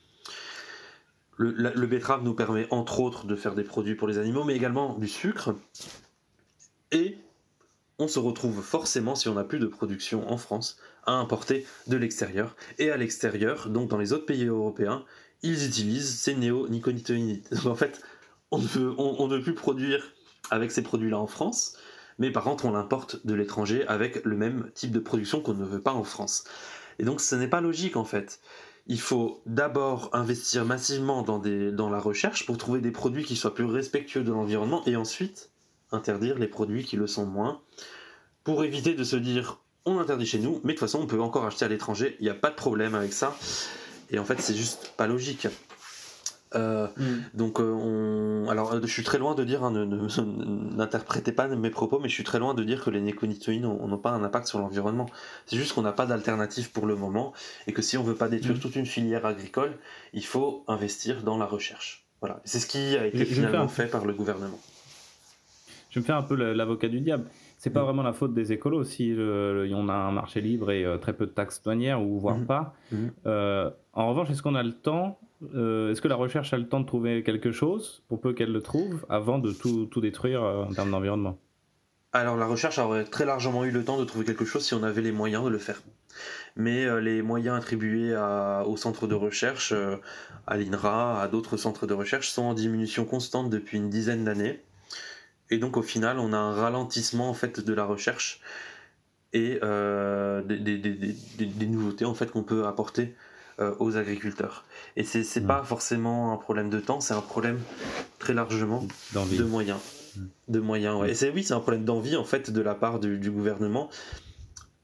Le, la, le betterave nous permet entre autres de faire des produits pour les animaux, mais également du sucre. Et on se retrouve forcément, si on n'a plus de production en France, à importer de l'extérieur. Et à l'extérieur, donc dans les autres pays européens, ils utilisent ces néonicotinoïdes. Donc en fait, on ne, veut, on, on ne veut plus produire avec ces produits-là en France, mais par contre, on l'importe de l'étranger avec le même type de production qu'on ne veut pas en France. Et donc, ce n'est pas logique en fait. Il faut d'abord investir massivement dans, des, dans la recherche pour trouver des produits qui soient plus respectueux de l'environnement et ensuite interdire les produits qui le sont moins pour éviter de se dire on interdit chez nous, mais de toute façon on peut encore acheter à l'étranger, il n'y a pas de problème avec ça. Et en fait, c'est juste pas logique. Euh, mm. Donc, euh, on... alors, je suis très loin de dire, hein, ne, ne, n'interprétez pas mes propos, mais je suis très loin de dire que les néonicotinoïdes n'ont pas un impact sur l'environnement. C'est juste qu'on n'a pas d'alternative pour le moment, et que si on veut pas détruire mm. toute une filière agricole, il faut investir dans la recherche. Voilà, c'est ce qui a été je, finalement je fait par le gouvernement. Je vais me faire un peu l'avocat du diable. C'est pas mmh. vraiment la faute des écolos si le, le, on a un marché libre et euh, très peu de taxes douanières ou voire mmh. pas. Mmh. Euh, en revanche, est-ce qu'on a le temps euh, Est-ce que la recherche a le temps de trouver quelque chose pour peu qu'elle le trouve avant de tout, tout détruire euh, en termes d'environnement ? Alors la recherche aurait très largement eu le temps de trouver quelque chose si on avait les moyens de le faire. Mais euh, les moyens attribués à, aux centres de recherche, euh, à l'I N R A, à d'autres centres de recherche, sont en diminution constante depuis une dizaine d'années. Et donc au final, on a un ralentissement en fait de la recherche et euh, des, des, des, des, des nouveautés en fait qu'on peut apporter euh, aux agriculteurs. Et c'est c'est mmh. pas forcément un problème de temps, c'est un problème très largement d'envie. de moyens, mmh. de moyens. Ouais. Et c'est oui, c'est un problème d'envie en fait de la part du, du gouvernement.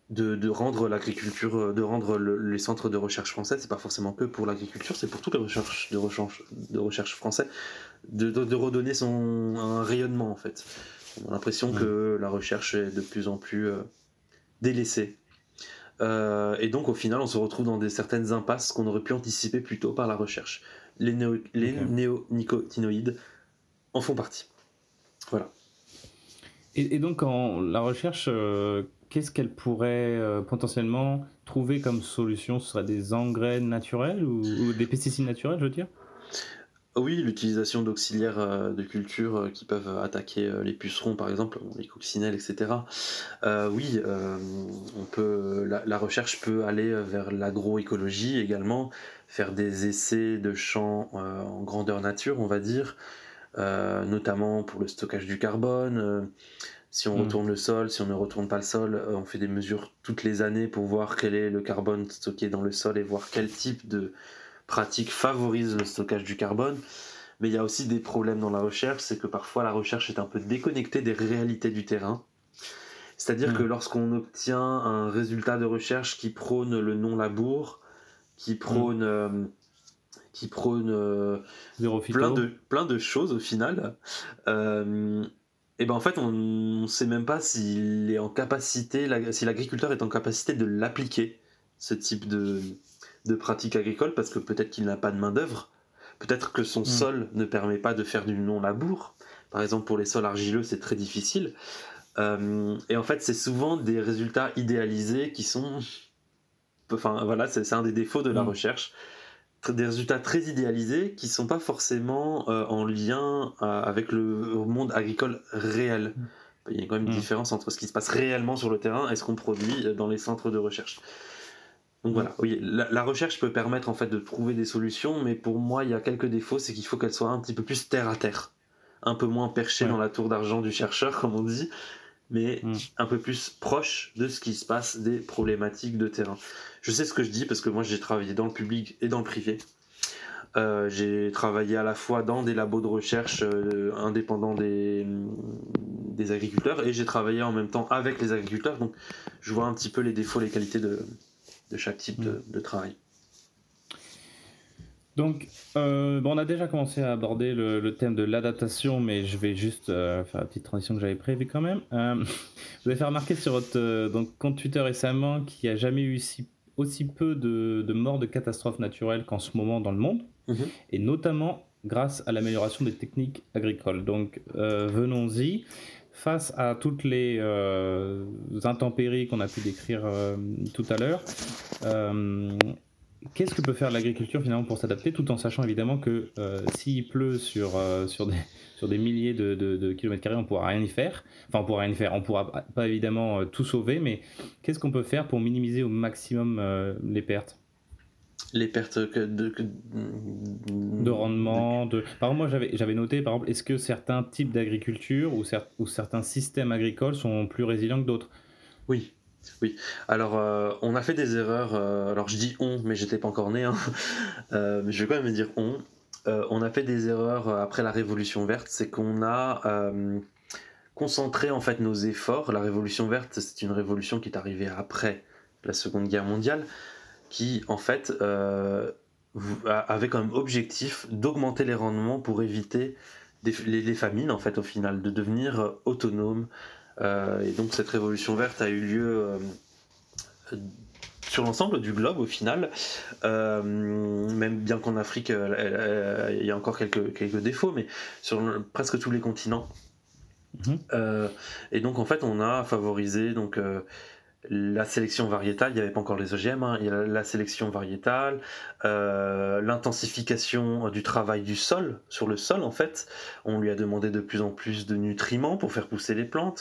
de, de rendre l'agriculture, de rendre le, les centres de recherche français, c'est pas forcément que pour l'agriculture, c'est pour toutes les recherches de recherche, de recherche français, de, de, de redonner son, un rayonnement en fait. On a l'impression mmh. que la recherche est de plus en plus euh, délaissée. Euh, et donc au final on se retrouve dans des certaines impasses qu'on aurait pu anticiper plus tôt par la recherche. Les, néo, les okay. néonicotinoïdes en font partie. Voilà. Et, et donc en, la recherche, euh, qu'est-ce qu'elle pourrait euh, potentiellement trouver comme solution? Ce serait des engrais naturels ou, ou des pesticides naturels, je veux dire? Oui, l'utilisation d'auxiliaires euh, de culture euh, qui peuvent attaquer euh, les pucerons, par exemple, les coccinelles, et cetera. Euh, oui, euh, on peut, la, la recherche peut aller vers l'agroécologie également, faire des essais de champs euh, en grandeur nature, on va dire, euh, notamment pour le stockage du carbone. Euh, si on mmh. retourne le sol, si on ne retourne pas le sol, euh, on fait des mesures toutes les années pour voir quel est le carbone stocké dans le sol et voir quel type de pratique favorise le stockage du carbone. Mais il y a aussi des problèmes dans la recherche, c'est que parfois la recherche est un peu déconnectée des réalités du terrain. C'est-à-dire mmh. que lorsqu'on obtient un résultat de recherche qui prône le non-labour, qui prône, mmh. euh, qui prône euh, plein, de, plein de choses au final, euh, et ben en fait on ne sait même pas s'il est en capacité, la, si l'agriculteur est en capacité de l'appliquer, ce type de, de pratique agricole, parce que peut-être qu'il n'a pas de main-d'œuvre, peut-être que son mmh. sol ne permet pas de faire du non-labour. Par exemple, pour les sols argileux, c'est très difficile. Euh, et en fait, c'est souvent des résultats idéalisés qui sont... Enfin, voilà, c'est, c'est un des défauts de la mmh. recherche. Des résultats très idéalisés qui ne sont pas forcément euh, en lien euh, avec le monde agricole réel. Mmh. Il y a quand même une mmh. différence entre ce qui se passe réellement sur le terrain et ce qu'on produit dans les centres de recherche. Donc voilà, oui, la, la recherche peut permettre en fait de trouver des solutions, mais pour moi il y a quelques défauts, c'est qu'il faut qu'elle soit un petit peu plus terre à terre, un peu moins perchée ouais. dans la tour d'argent du chercheur, comme on dit, mais mm. un peu plus proche de ce qui se passe des problématiques de terrain. Je sais ce que je dis parce que moi j'ai travaillé dans le public et dans le privé. Euh, j'ai travaillé à la fois dans des labos de recherche euh, indépendants des, des agriculteurs et j'ai travaillé en même temps avec les agriculteurs, donc je vois un petit peu les défauts, les qualités de de chaque type de, de travail. Donc, euh, bon, on a déjà commencé à aborder le, le thème de l'adaptation, mais je vais juste euh, faire la petite transition que j'avais prévue quand même. Euh, vous avez fait remarquer sur votre euh, donc, compte Twitter récemment qu'il n'y a jamais eu si, aussi peu de, de morts de catastrophes naturelles qu'en ce moment dans le monde, mm-hmm. et notamment grâce à l'amélioration des techniques agricoles. Donc, euh, venons-y. Face à toutes les euh, intempéries qu'on a pu décrire euh, tout à l'heure, euh, qu'est-ce que peut faire l'agriculture finalement pour s'adapter, tout en sachant évidemment que euh, s'il pleut sur, euh, sur, des, sur des milliers de, de, de kilomètres carrés, on ne pourra rien y faire. Enfin, on pourra rien y faire. On ne pourra pas évidemment euh, tout sauver, mais qu'est-ce qu'on peut faire pour minimiser au maximum euh, les pertes ? Les pertes de, de, de, de rendement. De... Par exemple, moi, j'avais, j'avais noté, par exemple, est-ce que certains types d'agriculture ou, cer- ou certains systèmes agricoles sont plus résilients que d'autres ? Oui, oui. Alors, euh, on a fait des erreurs. Euh, alors, je dis on, mais j'étais pas encore né. Hein. Euh, mais je vais quand même dire on. Euh, on a fait des erreurs après la Révolution verte. C'est qu'on a euh, concentré en fait nos efforts. La Révolution verte, c'est une révolution qui est arrivée après la Seconde Guerre mondiale, qui en fait euh, avait comme objectif d'augmenter les rendements pour éviter des, les, les famines en fait au final, de devenir autonome. Euh, et donc cette révolution verte a eu lieu euh, sur l'ensemble du globe au final, euh, même bien qu'en Afrique euh, il y a encore quelques, quelques défauts, mais sur le, presque tous les continents. Mmh. Euh, et donc en fait on a favorisé donc euh, la sélection variétale, il n'y avait pas encore les O G M, hein, il y a la sélection variétale, euh, l'intensification du travail du sol, sur le sol en fait, on lui a demandé de plus en plus de nutriments pour faire pousser les plantes,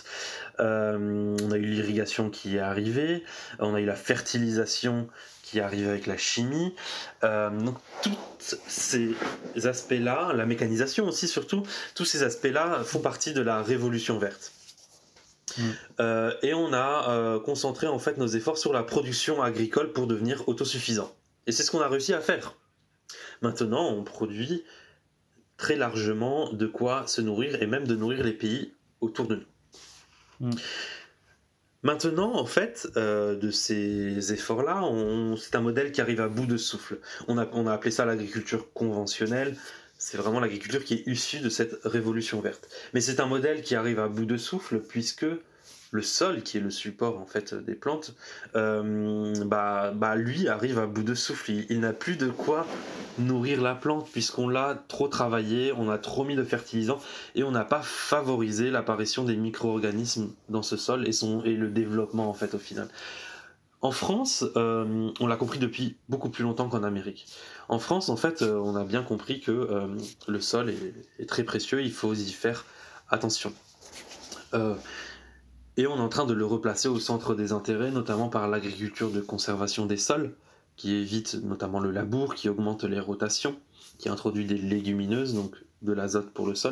euh, on a eu l'irrigation qui est arrivée, on a eu la fertilisation qui arrive avec la chimie, euh, donc tous ces aspects-là, la mécanisation aussi surtout, tous ces aspects-là font partie de la révolution verte. Mmh. Euh, et on a euh, concentré en fait nos efforts sur la production agricole pour devenir autosuffisant. Et c'est ce qu'on a réussi à faire. Maintenant, on produit très largement de quoi se nourrir et même de nourrir les pays autour de nous. Mmh. Maintenant, en fait, euh, de ces efforts-là, on- c'est un modèle qui arrive à bout de souffle. On a, on a appelé ça l'agriculture conventionnelle. C'est vraiment l'agriculture qui est issue de cette révolution verte. Mais c'est un modèle qui arrive à bout de souffle puisque le sol, qui est le support en fait des plantes, euh, bah, bah, lui arrive à bout de souffle. Il, il n'a plus de quoi nourrir la plante puisqu'on l'a trop travaillé, on a trop mis de fertilisants et on n'a pas favorisé l'apparition des micro-organismes dans ce sol et, son, et le développement en fait au final. En France, euh, on l'a compris depuis beaucoup plus longtemps qu'en Amérique. En France, en fait, euh, on a bien compris que euh, le sol est, est très précieux, il faut y faire attention. Euh, et on est en train de le replacer au centre des intérêts, notamment par l'agriculture de conservation des sols, qui évite notamment le labour, qui augmente les rotations, qui introduit des légumineuses, donc de l'azote pour le sol,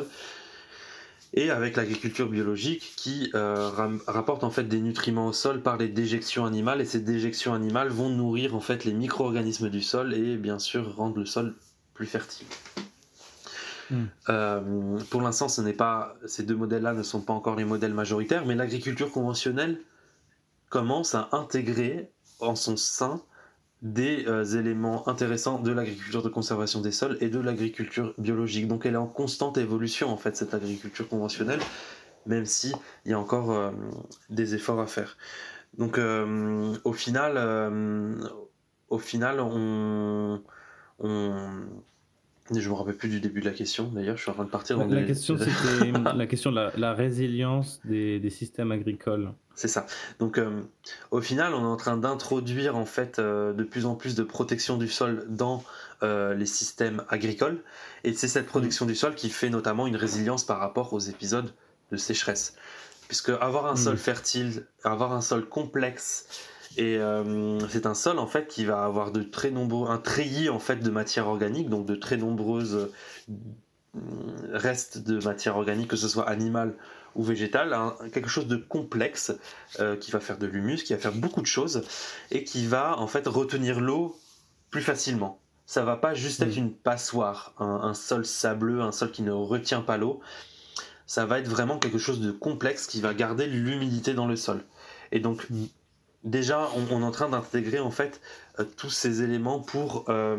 et avec l'agriculture biologique qui euh, ram- rapporte en fait des nutriments au sol par les déjections animales, et ces déjections animales vont nourrir en fait les micro-organismes du sol et bien sûr rendre le sol plus fertile. Mm. Euh, pour l'instant, ce n'est pas, ces deux modèles-là ne sont pas encore les modèles majoritaires, mais l'agriculture conventionnelle commence à intégrer en son sein des euh, éléments intéressants de l'agriculture de conservation des sols et de l'agriculture biologique. Donc elle est en constante évolution en fait, cette agriculture conventionnelle, même s'il y a encore euh, des efforts à faire. Donc euh, au final, euh, au final on, on... Je me rappelle plus du début de la question, d'ailleurs, je suis en train de partir dans la des... question, c'était la question de la, la résilience des, des systèmes agricoles. C'est ça. Donc, euh, au final, on est en train d'introduire en fait euh, de plus en plus de protection du sol dans euh, les systèmes agricoles, et c'est cette protection mmh. du sol qui fait notamment une résilience par rapport aux épisodes de sécheresse. Puisque avoir un mmh. sol fertile, avoir un sol complexe, et euh, c'est un sol en fait qui va avoir de très nombreux, un treillis en fait de matière organique, donc de très nombreuses euh, restes de matière organique, que ce soit animale ou végétale, hein, quelque chose de complexe euh, qui va faire de l'humus, qui va faire beaucoup de choses et qui va en fait retenir l'eau plus facilement. Ça va pas juste être mmh. une passoire, un, un sol sableux, un sol qui ne retient pas l'eau. Ça va être vraiment quelque chose de complexe qui va garder l'humidité dans le sol. Et donc mmh. déjà, on, on est en train d'intégrer en fait euh, tous ces éléments pour. Euh,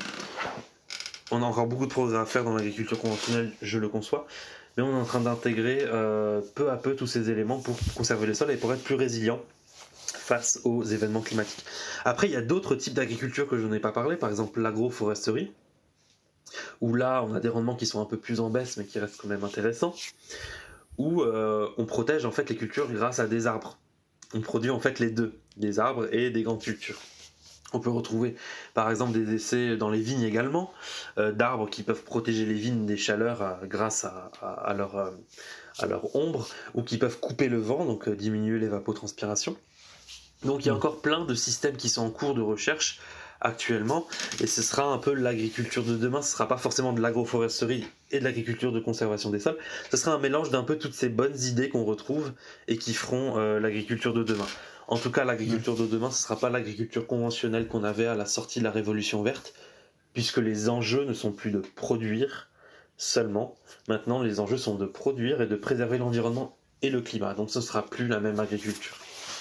on a encore beaucoup de progrès à faire dans l'agriculture conventionnelle, je le conçois. Mais on est en train d'intégrer euh, peu à peu tous ces éléments pour conserver le sol et pour être plus résilient face aux événements climatiques. Après, il y a d'autres types d'agriculture que je n'ai pas parlé, par exemple l'agroforesterie, où là, on a des rendements qui sont un peu plus en baisse, mais qui restent quand même intéressants, où euh, on protège en fait les cultures grâce à des arbres. On produit en fait les deux, des arbres et des grandes cultures. On peut retrouver par exemple des essais dans les vignes également, euh, d'arbres qui peuvent protéger les vignes des chaleurs euh, grâce à, à, à, leur, euh, à leur ombre, ou qui peuvent couper le vent, donc euh, diminuer l'évapotranspiration. Donc il y a encore plein de systèmes qui sont en cours de recherche actuellement, et ce sera un peu l'agriculture de demain. Ce ne sera pas forcément de l'agroforesterie et de l'agriculture de conservation des sols, ce sera un mélange d'un peu toutes ces bonnes idées qu'on retrouve et qui feront euh, l'agriculture de demain. En tout cas, l'agriculture de demain, ce ne sera pas l'agriculture conventionnelle qu'on avait à la sortie de la Révolution verte, puisque les enjeux ne sont plus de produire seulement. Maintenant, les enjeux sont de produire et de préserver l'environnement et le climat. Donc ce ne sera plus la même agriculture.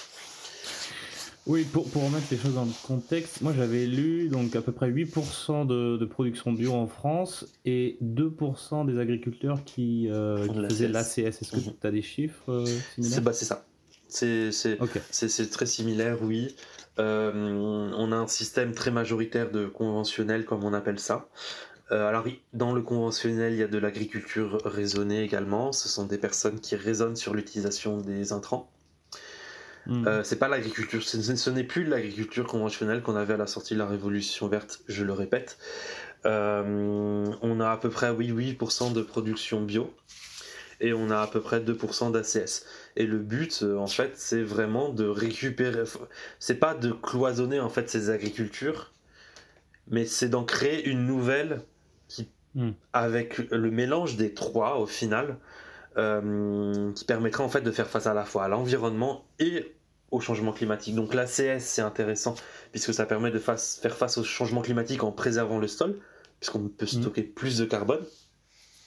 Oui, pour, pour remettre les choses dans le contexte, moi j'avais lu donc à peu près huit pour cent de, de production bio en France et deux pour cent des agriculteurs qui, euh, qui faisaient l'A C S. Est-ce que mmh. tu as des chiffres euh, similaires ? c'est, bah, c'est ça. C'est, c'est, okay. c'est, c'est très similaire, oui. Euh, on a un système très majoritaire de conventionnel, comme on appelle ça. Euh, alors, dans le conventionnel, il y a de l'agriculture raisonnée également. Ce sont des personnes qui raisonnent sur l'utilisation des intrants. Mmh. Euh, c'est pas l'agriculture, ce, ce n'est plus l'agriculture conventionnelle qu'on avait à la sortie de la Révolution verte, je le répète. Euh, on a à peu près oui, huit pour cent de production bio et on a à peu près deux pour cent d'A C S. Et le but, en fait, c'est vraiment de récupérer, c'est pas de cloisonner en fait ces agricultures, mais c'est d'en créer une nouvelle qui, mmh. avec le mélange des trois au final, euh, qui permettra en fait de faire face à la fois à l'environnement et au changement climatique. Donc l'A C S, c'est intéressant puisque ça permet de face, faire face au changement climatique en préservant le sol, puisqu'on peut stocker mmh. plus de carbone.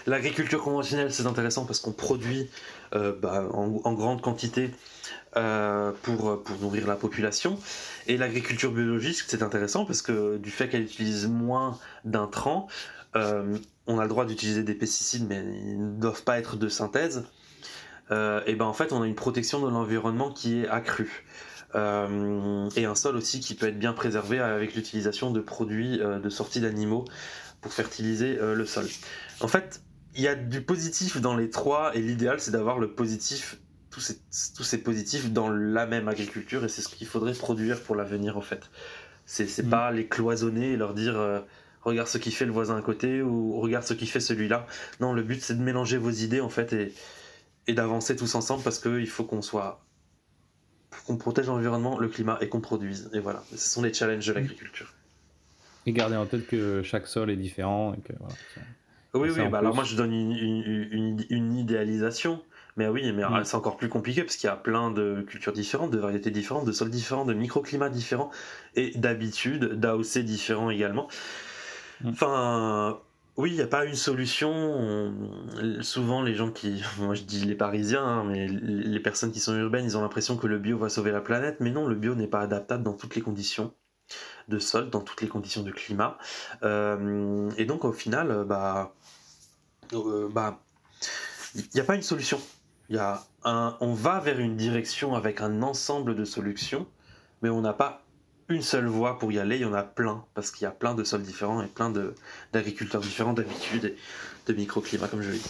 L'agriculture conventionnelle, c'est intéressant parce qu'on produit euh, bah, en, en grande quantité euh, pour, pour nourrir la population. Et l'agriculture biologique, c'est intéressant parce que du fait qu'elle utilise moins d'intrants, euh, on a le droit d'utiliser des pesticides, mais ils ne doivent pas être de synthèse. Euh, et ben en fait, on a une protection de l'environnement qui est accrue. Euh, et un sol aussi qui peut être bien préservé avec l'utilisation de produits euh, de sortie d'animaux pour fertiliser euh, le sol. En fait, il y a du positif dans les trois et l'idéal c'est d'avoir le positif, tous ces, tous ces positifs dans la même agriculture et c'est ce qu'il faudrait produire pour l'avenir en fait. C'est, c'est mmh. pas les cloisonner et leur dire euh, regarde ce qui fait le voisin à côté ou regarde ce qui fait celui-là. Non, le but c'est de mélanger vos idées en fait et, et d'avancer tous ensemble parce qu'il faut qu'on soit qu'on protège l'environnement, le climat et qu'on produise. Et voilà, ce sont les challenges de l'agriculture. Et garder en tête que chaque sol est différent. Et que, voilà, oui, oui, bah alors moi je donne une, une, une, une idéalisation, mais oui, mais mmh. c'est encore plus compliqué parce qu'il y a plein de cultures différentes, de variétés différentes, de sols différents, de microclimats différents et d'habitudes, d'A O C différents également. Mmh. Enfin... Oui, il n'y a pas une solution. On... Souvent, les gens qui... Moi, je dis les Parisiens, hein, mais les personnes qui sont urbaines, ils ont l'impression que le bio va sauver la planète. Mais non, le bio n'est pas adaptable dans toutes les conditions de sol, dans toutes les conditions de climat. Euh, et donc, au final, bah... Euh, bah... il n'y a pas une solution. Il y a un... On va vers une direction avec un ensemble de solutions, mais on n'a pas une seule voie pour y aller, il y en a plein, parce qu'il y a plein de sols différents et plein de, d'agriculteurs différents, d'habitudes et de microclimats, comme je l'ai dit.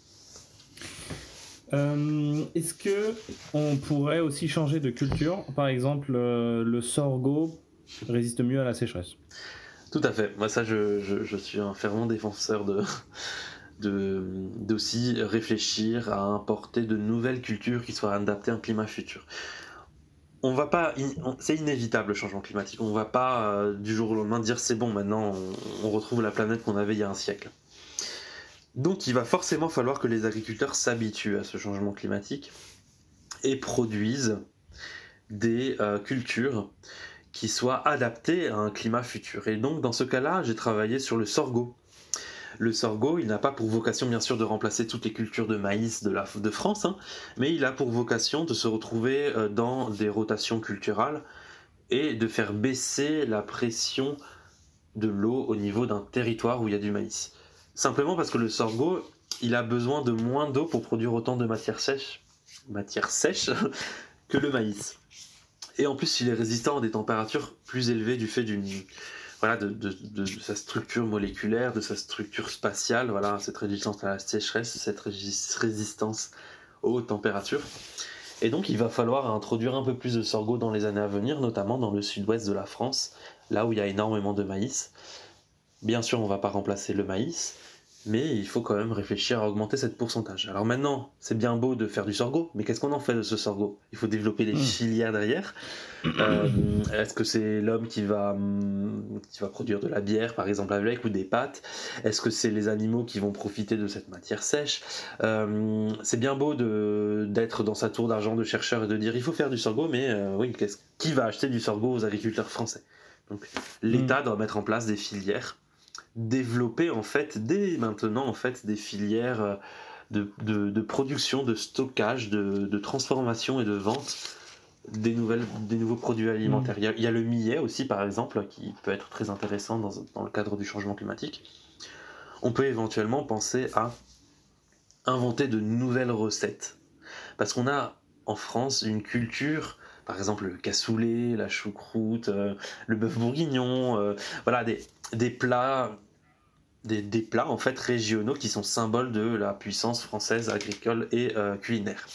Euh, est-ce que on pourrait aussi changer de culture ? Par exemple, euh, le sorgho résiste mieux à la sécheresse. Tout à fait. Moi, ça, je, je, je suis un fervent défenseur de, de, d'aussi réfléchir à importer de nouvelles cultures qui soient adaptées à un climat futur. On va pas, c'est inévitable le changement climatique. On va pas euh, du jour au lendemain dire c'est bon, maintenant on, on retrouve la planète qu'on avait il y a un siècle. Donc il va forcément falloir que les agriculteurs s'habituent à ce changement climatique et produisent des euh, cultures qui soient adaptées à un climat futur. Et donc dans ce cas-là, j'ai travaillé sur le sorgho. Le sorgho, il n'a pas pour vocation bien sûr de remplacer toutes les cultures de maïs de, la, de France, hein, mais il a pour vocation de se retrouver dans des rotations culturales et de faire baisser la pression de l'eau au niveau d'un territoire où il y a du maïs. Simplement parce que le sorgho, il a besoin de moins d'eau pour produire autant de matière sèche, matière sèche que le maïs. Et en plus, il est résistant à des températures plus élevées du fait d'une... Voilà, de, de, de, de sa structure moléculaire, de sa structure spatiale, voilà, cette résistance à la sécheresse, cette résistance aux températures. Et donc il va falloir introduire un peu plus de sorgho dans les années à venir, notamment dans le sud-ouest de la France, là où il y a énormément de maïs. Bien sûr, on ne va pas remplacer le maïs, mais il faut quand même réfléchir à augmenter cette pourcentage. Alors maintenant, c'est bien beau de faire du sorgho, mais qu'est-ce qu'on en fait de ce sorgho ? Il faut développer des mmh. filières derrière. Euh, est-ce que c'est l'homme qui va, qui va produire de la bière, par exemple, avec, ou des pâtes ? Est-ce que c'est les animaux qui vont profiter de cette matière sèche ? euh, C'est bien beau de, d'être dans sa tour d'argent de chercheur et de dire il faut faire du sorgho, mais euh, oui, qu'est-ce, qui va acheter du sorgho aux agriculteurs français ? Donc l'État mmh. doit mettre en place des filières, développer en fait dès maintenant en fait des filières de, de, de production, de stockage, de, de transformation et de vente des, nouvelles, des nouveaux produits alimentaires. Mmh. Il y a, il y a le millet aussi par exemple qui peut être très intéressant dans, dans le cadre du changement climatique. On peut éventuellement penser à inventer de nouvelles recettes parce qu'on a en France une culture, par exemple le cassoulet, la choucroute, euh, le bœuf bourguignon, euh, voilà des, des plats Des, des plats en fait régionaux qui sont symboles de la puissance française agricole et euh, culinaire.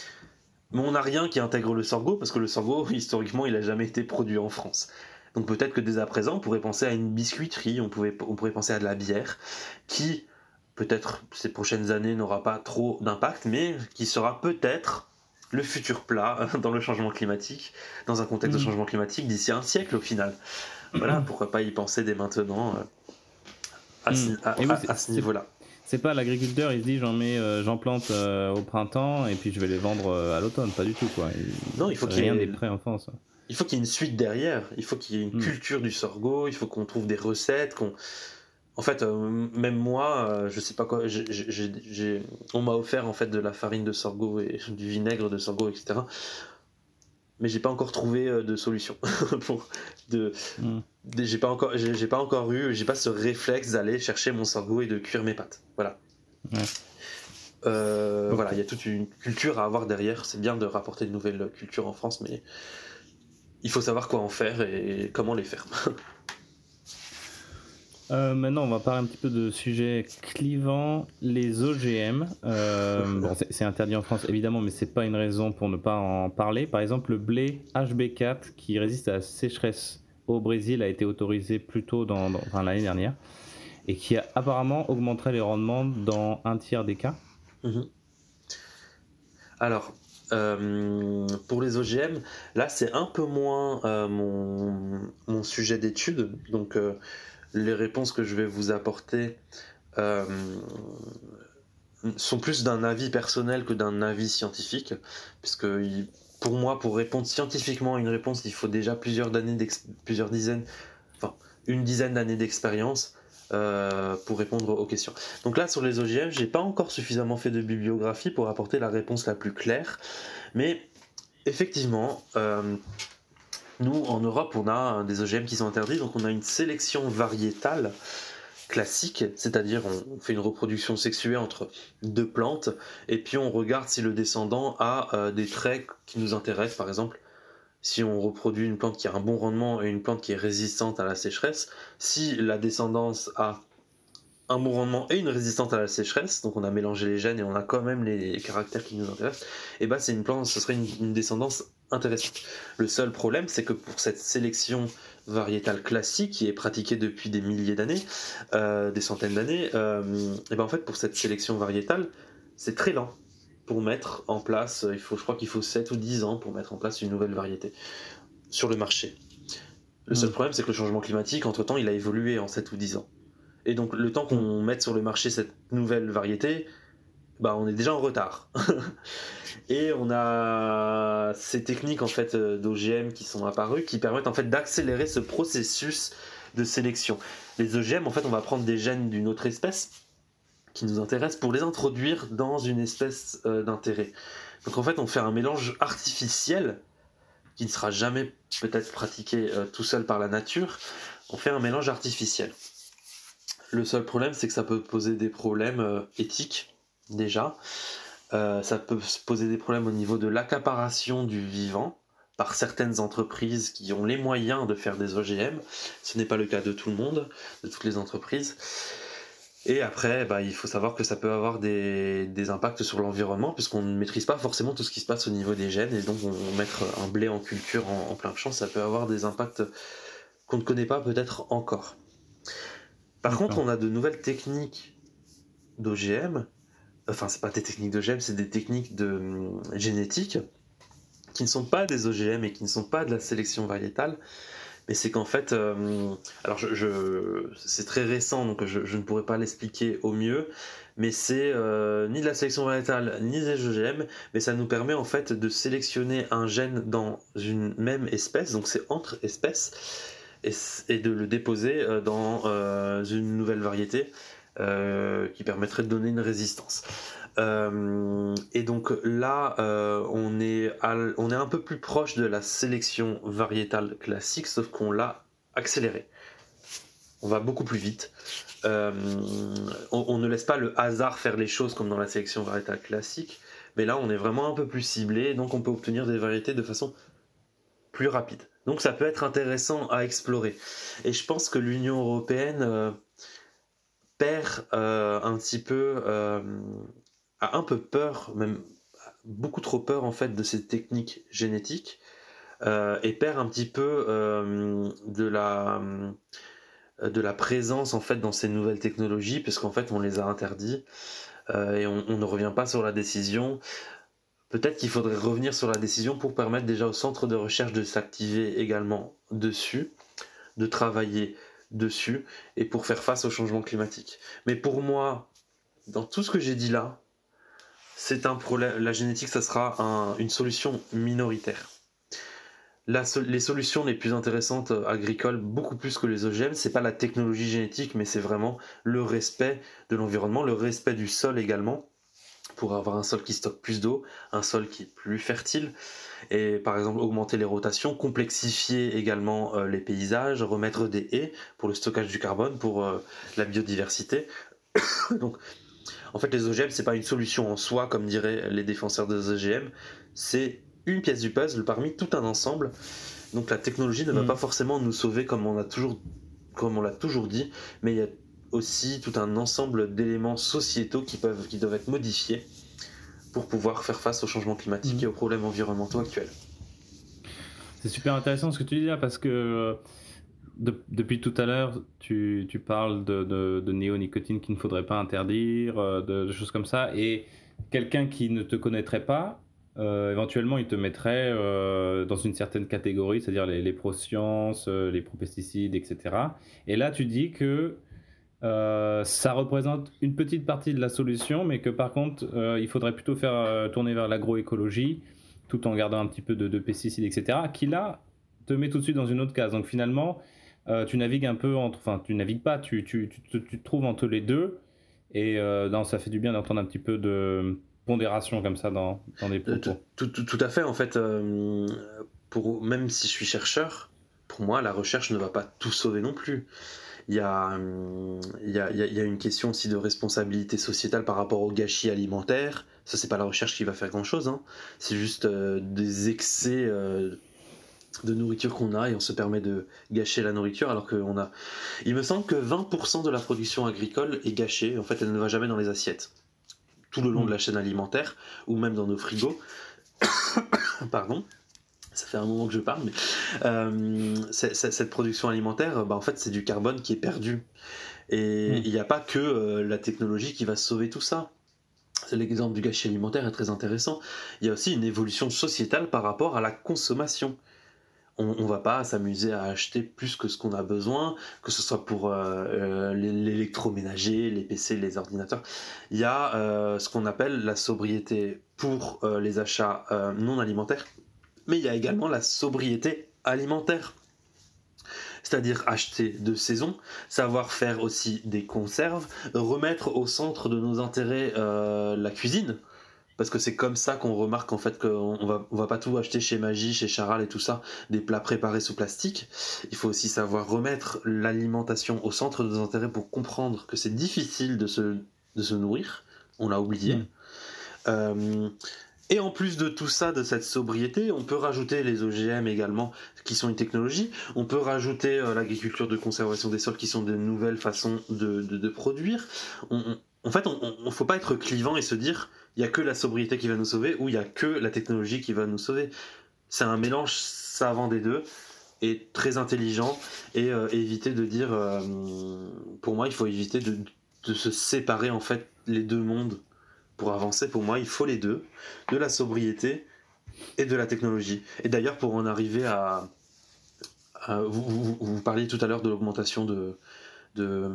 Mais on n'a rien qui intègre le sorgho parce que le sorgho historiquement il n'a jamais été produit en France. Donc peut-être que dès à présent on pourrait penser à une biscuiterie, on, pouvait, on pourrait penser à de la bière qui peut-être ces prochaines années n'aura pas trop d'impact mais qui sera peut-être le futur plat dans le changement climatique, dans un contexte mmh. de changement climatique d'ici un siècle au final. Voilà, pourquoi pas y penser dès maintenant. Euh, À ce, à, à, oui, à ce niveau-là. C'est pas l'agriculteur, il se dit j'en mets, euh, j'en plante euh, au printemps et puis je vais les vendre euh, à l'automne, pas du tout quoi. Il, non, il faut qu'il y ait rien n'est prêt en France. Il faut qu'il y ait une suite derrière. Il faut qu'il y ait une mmh. culture du sorgho. Il faut qu'on trouve des recettes, qu'on en fait, euh, même moi, euh, je sais pas quoi, j'ai, j'ai, j'ai, on m'a offert en fait de la farine de sorgho et du vinaigre de sorgho, et cetera. Mais j'ai pas encore trouvé euh, de solution pour de, Mm. de j'ai pas encore j'ai, j'ai pas encore eu j'ai pas ce réflexe d'aller chercher mon sorgho et de cuire mes pâtes. Voilà. Ouais. Euh, Ok. Voilà, il y a toute une culture à avoir derrière. C'est bien de rapporter de nouvelles cultures en France, mais il faut savoir quoi en faire et comment les faire. Euh, maintenant, on va parler un petit peu de sujets clivants, les O G M. Euh, bon, c'est, c'est interdit en France évidemment, mais c'est pas une raison pour ne pas en parler. Par exemple, le blé H B quatre qui résiste à la sécheresse au Brésil a été autorisé plus tôt dans, dans- enfin, l'année dernière et qui a apparemment augmenté les rendements dans un tiers des cas. Mhm. Alors, euh, pour les O G M, là c'est un peu moins euh, mon, mon sujet d'étude. Donc, euh, les réponses que je vais vous apporter euh, sont plus d'un avis personnel que d'un avis scientifique, puisque il- pour moi, pour répondre scientifiquement à une réponse, il faut déjà plusieurs années, d'ex- plusieurs dizaines, enfin une dizaine d'années d'expérience euh, pour répondre aux questions. Donc là, sur les O G M, j'ai pas encore suffisamment fait de bibliographie pour apporter la réponse la plus claire, mais effectivement, euh, nous en Europe, on a des O G M qui sont interdits, donc on a une sélection variétale classique, c'est-à-dire on fait une reproduction sexuée entre deux plantes et puis on regarde si le descendant a euh, des traits qui nous intéressent. Par exemple, si on reproduit une plante qui a un bon rendement et une plante qui est résistante à la sécheresse, si la descendance a un bon rendement et une résistance à la sécheresse, donc on a mélangé les gènes et on a quand même les caractères qui nous intéressent, et bah c'est une plante, ce serait une, une descendance intéressante. Le seul problème, c'est que pour cette sélection variétale classique qui est pratiquée depuis des milliers d'années, euh, des centaines d'années, euh, et ben en fait pour cette sélection variétale, c'est très lent pour mettre en place. Il faut, je crois qu'il faut sept ou dix ans pour mettre en place une nouvelle variété sur le marché. Le seul Mm. problème, c'est que le changement climatique, entre-temps, il a évolué en sept ou dix ans. Et donc le temps Mm. qu'on mette sur le marché cette nouvelle variété, bah on est déjà en retard. Et on a ces techniques en fait d'O G M qui sont apparues qui permettent en fait d'accélérer ce processus de sélection. Les O G M, en fait, on va prendre des gènes d'une autre espèce qui nous intéressent pour les introduire dans une espèce euh, d'intérêt. Donc en fait, on fait un mélange artificiel qui ne sera jamais peut-être pratiqué euh, tout seul par la nature. On fait un mélange artificiel. Le seul problème, c'est que ça peut poser des problèmes euh, éthiques, déjà. Euh, ça peut se poser des problèmes au niveau de l'accaparation du vivant par certaines entreprises qui ont les moyens de faire des O G M. Ce n'est pas le cas de tout le monde, de toutes les entreprises. Et après, bah, il faut savoir que ça peut avoir des, des impacts sur l'environnement, puisqu'on ne maîtrise pas forcément tout ce qui se passe au niveau des gènes, et donc on, on mettre un blé en culture en, en plein champ, ça peut avoir des impacts qu'on ne connaît pas peut-être encore. Par contre, D'accord. on a de nouvelles techniques d'O G M, enfin c'est pas des techniques d'O G M, c'est des techniques de hum, génétique, qui ne sont pas des O G M et qui ne sont pas de la sélection variétale, mais c'est qu'en fait, euh, alors je, je, c'est très récent, donc je, je ne pourrais pas l'expliquer au mieux, mais c'est euh, ni de la sélection variétale, ni des O G M, mais ça nous permet en fait de sélectionner un gène dans une même espèce, donc c'est entre espèces, et, et de le déposer euh, dans euh, une nouvelle variété euh, qui permettrait de donner une résistance. Euh, et donc là, euh, on, est à, on est un peu plus proche de la sélection variétale classique, sauf qu'on l'a accéléré. On va beaucoup plus vite. Euh, on, on ne laisse pas le hasard faire les choses comme dans la sélection variétale classique, mais là, on est vraiment un peu plus ciblé, donc on peut obtenir des variétés de façon plus rapide. Donc ça peut être intéressant à explorer. Et je pense que l'Union européenne euh, perd euh, un petit peu, euh, a un peu peur, même beaucoup trop peur en fait de ces techniques génétiques euh, et perd un petit peu euh, de la de la présence en fait dans ces nouvelles technologies parce qu'en fait on les a interdits euh, et on, on ne revient pas sur la décision. Peut-être qu'il faudrait revenir sur la décision pour permettre déjà au centre de recherche de s'activer également dessus, de travailler dessus et pour faire face au changement climatique. Mais pour moi, dans tout ce que j'ai dit là, c'est un problème. La génétique, ça sera un, une solution minoritaire. La so- les solutions les plus intéressantes euh, agricoles, beaucoup plus que les O G M, c'est pas la technologie génétique, mais c'est vraiment le respect de l'environnement, le respect du sol également, pour avoir un sol qui stocke plus d'eau, un sol qui est plus fertile, et par exemple augmenter les rotations, complexifier également euh, les paysages, remettre des haies pour le stockage du carbone, pour euh, la biodiversité. Donc en fait les O G M c'est pas une solution en soi comme diraient les défenseurs des O G M, c'est une pièce du puzzle parmi tout un ensemble. Donc la technologie ne va Mm. pas forcément nous sauver comme on a toujours, comme on l'a toujours dit, mais il y a aussi tout un ensemble d'éléments sociétaux qui peuvent, qui doivent être modifiés pour pouvoir faire face au changement climatique Mm. et aux problèmes environnementaux actuels. C'est super intéressant ce que tu dis là parce que euh, de- depuis tout à l'heure, tu, tu parles de, de, de néonicotine qu'il ne faudrait pas interdire, euh, de, de choses comme ça. Et quelqu'un qui ne te connaîtrait pas, euh, éventuellement, il te mettrait euh, dans une certaine catégorie, c'est-à-dire les, les pro-sciences, euh, les pro-pesticides, et cetera. Et là, tu dis que euh, ça représente une petite partie de la solution, mais que par contre, euh, il faudrait plutôt faire euh, tourner vers l'agroécologie, tout en gardant un petit peu de, de pesticides, et cetera. Qui là te met tout de suite dans une autre case. Donc finalement, euh, tu navigues un peu entre, enfin, tu navigues pas, tu, tu, tu, te- tu te trouves entre les deux. Et euh, non, ça fait du bien d'entendre un petit peu de pondération comme ça dans, dans les Euh, Tout, propos. tout- tout- tout à fait, en fait, euh, pour, même si je suis chercheur, pour moi, la recherche ne va pas tout sauver non plus. Il y a, hum, il y a, il y a- il y a une question aussi de responsabilité sociétale par rapport au gâchis alimentaire. Ça, c'est pas la recherche qui va faire grand-chose, hein. C'est juste euh, des excès euh, de nourriture qu'on a et on se permet de gâcher la nourriture alors qu'on a... Il me semble que vingt pour cent de la production agricole est gâchée, en fait elle ne va jamais dans les assiettes. Tout le long de Mm. la chaîne alimentaire, ou même dans nos frigos. Pardon. Ça fait un moment que je parle, mais euh, c'est- c'est- cette production alimentaire, bah, en fait, c'est du carbone qui est perdu. Et Mm. il n'y a pas que euh, la technologie qui va sauver tout ça. C'est l'exemple du gâchis alimentaire est très intéressant. Il y a aussi une évolution sociétale par rapport à la consommation. On, on va pas s'amuser à acheter plus que ce qu'on a besoin, que ce soit pour euh, euh, l'électroménager, les P C, les ordinateurs. Il y a euh, ce qu'on appelle la sobriété pour euh, les achats euh, non alimentaires, mais il y a également la sobriété alimentaire. C'est-à-dire acheter de saison, savoir faire aussi des conserves, remettre au centre de nos intérêts euh, la cuisine, parce que c'est comme ça qu'on remarque en fait qu'on va, on va pas tout acheter chez Maggi, chez Charal et tout ça, des plats préparés sous plastique. Il faut aussi savoir remettre l'alimentation au centre de nos intérêts pour comprendre que c'est difficile de se, de se nourrir. On l'a oublié. Mm. Euh, et en plus de tout ça, de cette sobriété, on peut rajouter les O G M également, qui sont une technologie. On peut rajouter euh, l'agriculture de conservation des sols, qui sont de nouvelles façons de, de, de produire. On, on, en fait, on ne faut pas être clivant et se dire il n'y a que la sobriété qui va nous sauver ou il n'y a que la technologie qui va nous sauver. C'est un mélange savant des deux et très intelligent. Et euh, éviter de dire, euh, pour moi, il faut éviter de, de se séparer en fait les deux mondes. Pour avancer, pour moi, il faut les deux, de la sobriété et de la technologie. Et d'ailleurs, pour en arriver à... à vous, vous, vous parliez tout à l'heure de l'augmentation de, de,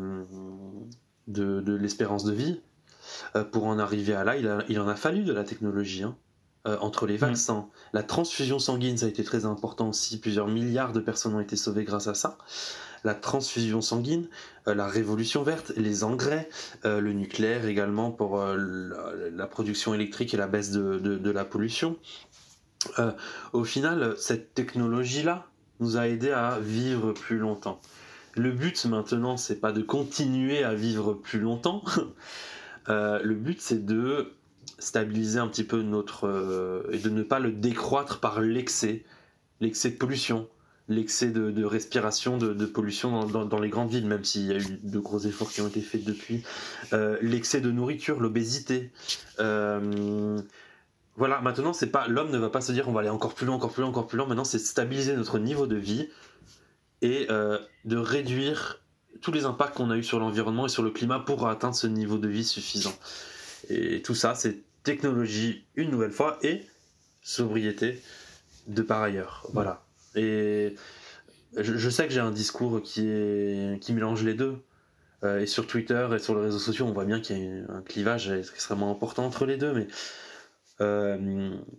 de, de l'espérance de vie. Euh, pour en arriver à là, il, a, il en a fallu de la technologie. Hein. Euh, entre les Mm. vaccins, la transfusion sanguine, ça a été très important aussi. Plusieurs milliards de personnes ont été sauvées grâce à ça. La transfusion sanguine, euh, la révolution verte, les engrais, euh, le nucléaire également pour euh, la, la, production électrique et la baisse de, de, de la pollution. Euh, au final, cette technologie-là nous a aidé à vivre plus longtemps. Le but maintenant, c'est pas de continuer à vivre plus longtemps. euh, le but, c'est de stabiliser un petit peu notre euh, et de ne pas le décroître par l'excès, l'excès de pollution, l'excès de, de respiration, de, de pollution dans, dans, dans les grandes villes, même s'il y a eu de gros efforts qui ont été faits depuis, euh, l'excès de nourriture, l'obésité. Euh, voilà, maintenant, c'est pas l'homme ne va pas se dire on va aller encore plus loin, encore plus loin, encore plus loin. Maintenant, c'est stabiliser notre niveau de vie et euh, de réduire tous les impacts qu'on a eu sur l'environnement et sur le climat pour atteindre ce niveau de vie suffisant. Et tout ça, c'est technologie une nouvelle fois et sobriété de par ailleurs. Voilà. Et je, je sais que j'ai un discours qui, est, qui mélange les deux. Euh, et sur Twitter et sur les réseaux sociaux, on voit bien qu'il y a un clivage extrêmement important entre les deux. Mais euh,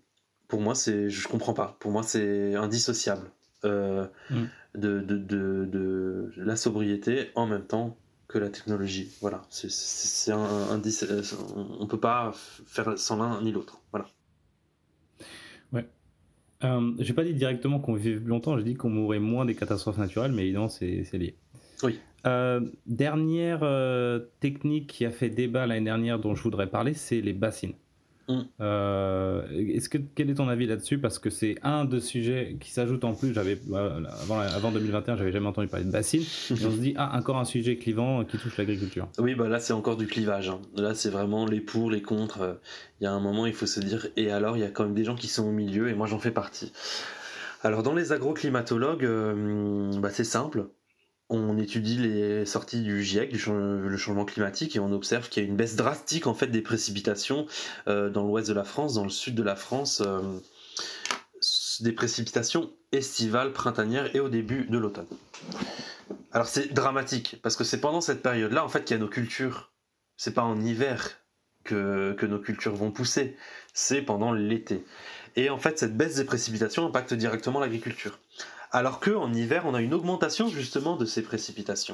pour moi, c'est, je comprends pas. Pour moi, c'est indissociable euh, mm. de, de, de, de la sobriété en même temps que la technologie. Voilà, c'est, c'est, c'est un, un, on peut pas faire sans l'un ni l'autre. Voilà. Ouais. Euh, j'ai pas dit directement qu'on vivait plus longtemps, j'ai dit qu'on mourrait moins des catastrophes naturelles, mais évidemment, c'est, c'est lié. Oui. Euh, dernière euh, technique qui a fait débat l'année dernière dont je voudrais parler, c'est les bassines. Mm. Euh, est-ce que, quel est ton avis là-dessus? Parce que c'est un des sujets qui s'ajoute en plus. J'avais, avant, avant deux mille vingt et un, j'avais jamais entendu parler de bassines. Et on se dit, ah, encore un sujet clivant qui touche l'agriculture. Oui, bah là, c'est encore du clivage. Hein. Là, c'est vraiment les pour, les contre. Il y a un moment, il faut se dire, et alors, il y a quand même des gens qui sont au milieu, et moi, j'en fais partie. Alors, dans les agroclimatologues, euh, bah, c'est simple. On étudie les sorties du GIEC, du ch- le changement climatique, et on observe qu'il y a une baisse drastique en fait des précipitations euh, dans l'ouest de la France, dans le sud de la France, euh, des précipitations estivales, printanières et au début de l'automne. Alors c'est dramatique parce que c'est pendant cette période-là en fait qu'il y a nos cultures. C'est pas en hiver que, que nos cultures vont pousser, c'est pendant l'été. Et en fait cette baisse des précipitations impacte directement l'agriculture. Alors qu'en hiver, on a une augmentation justement de ces précipitations.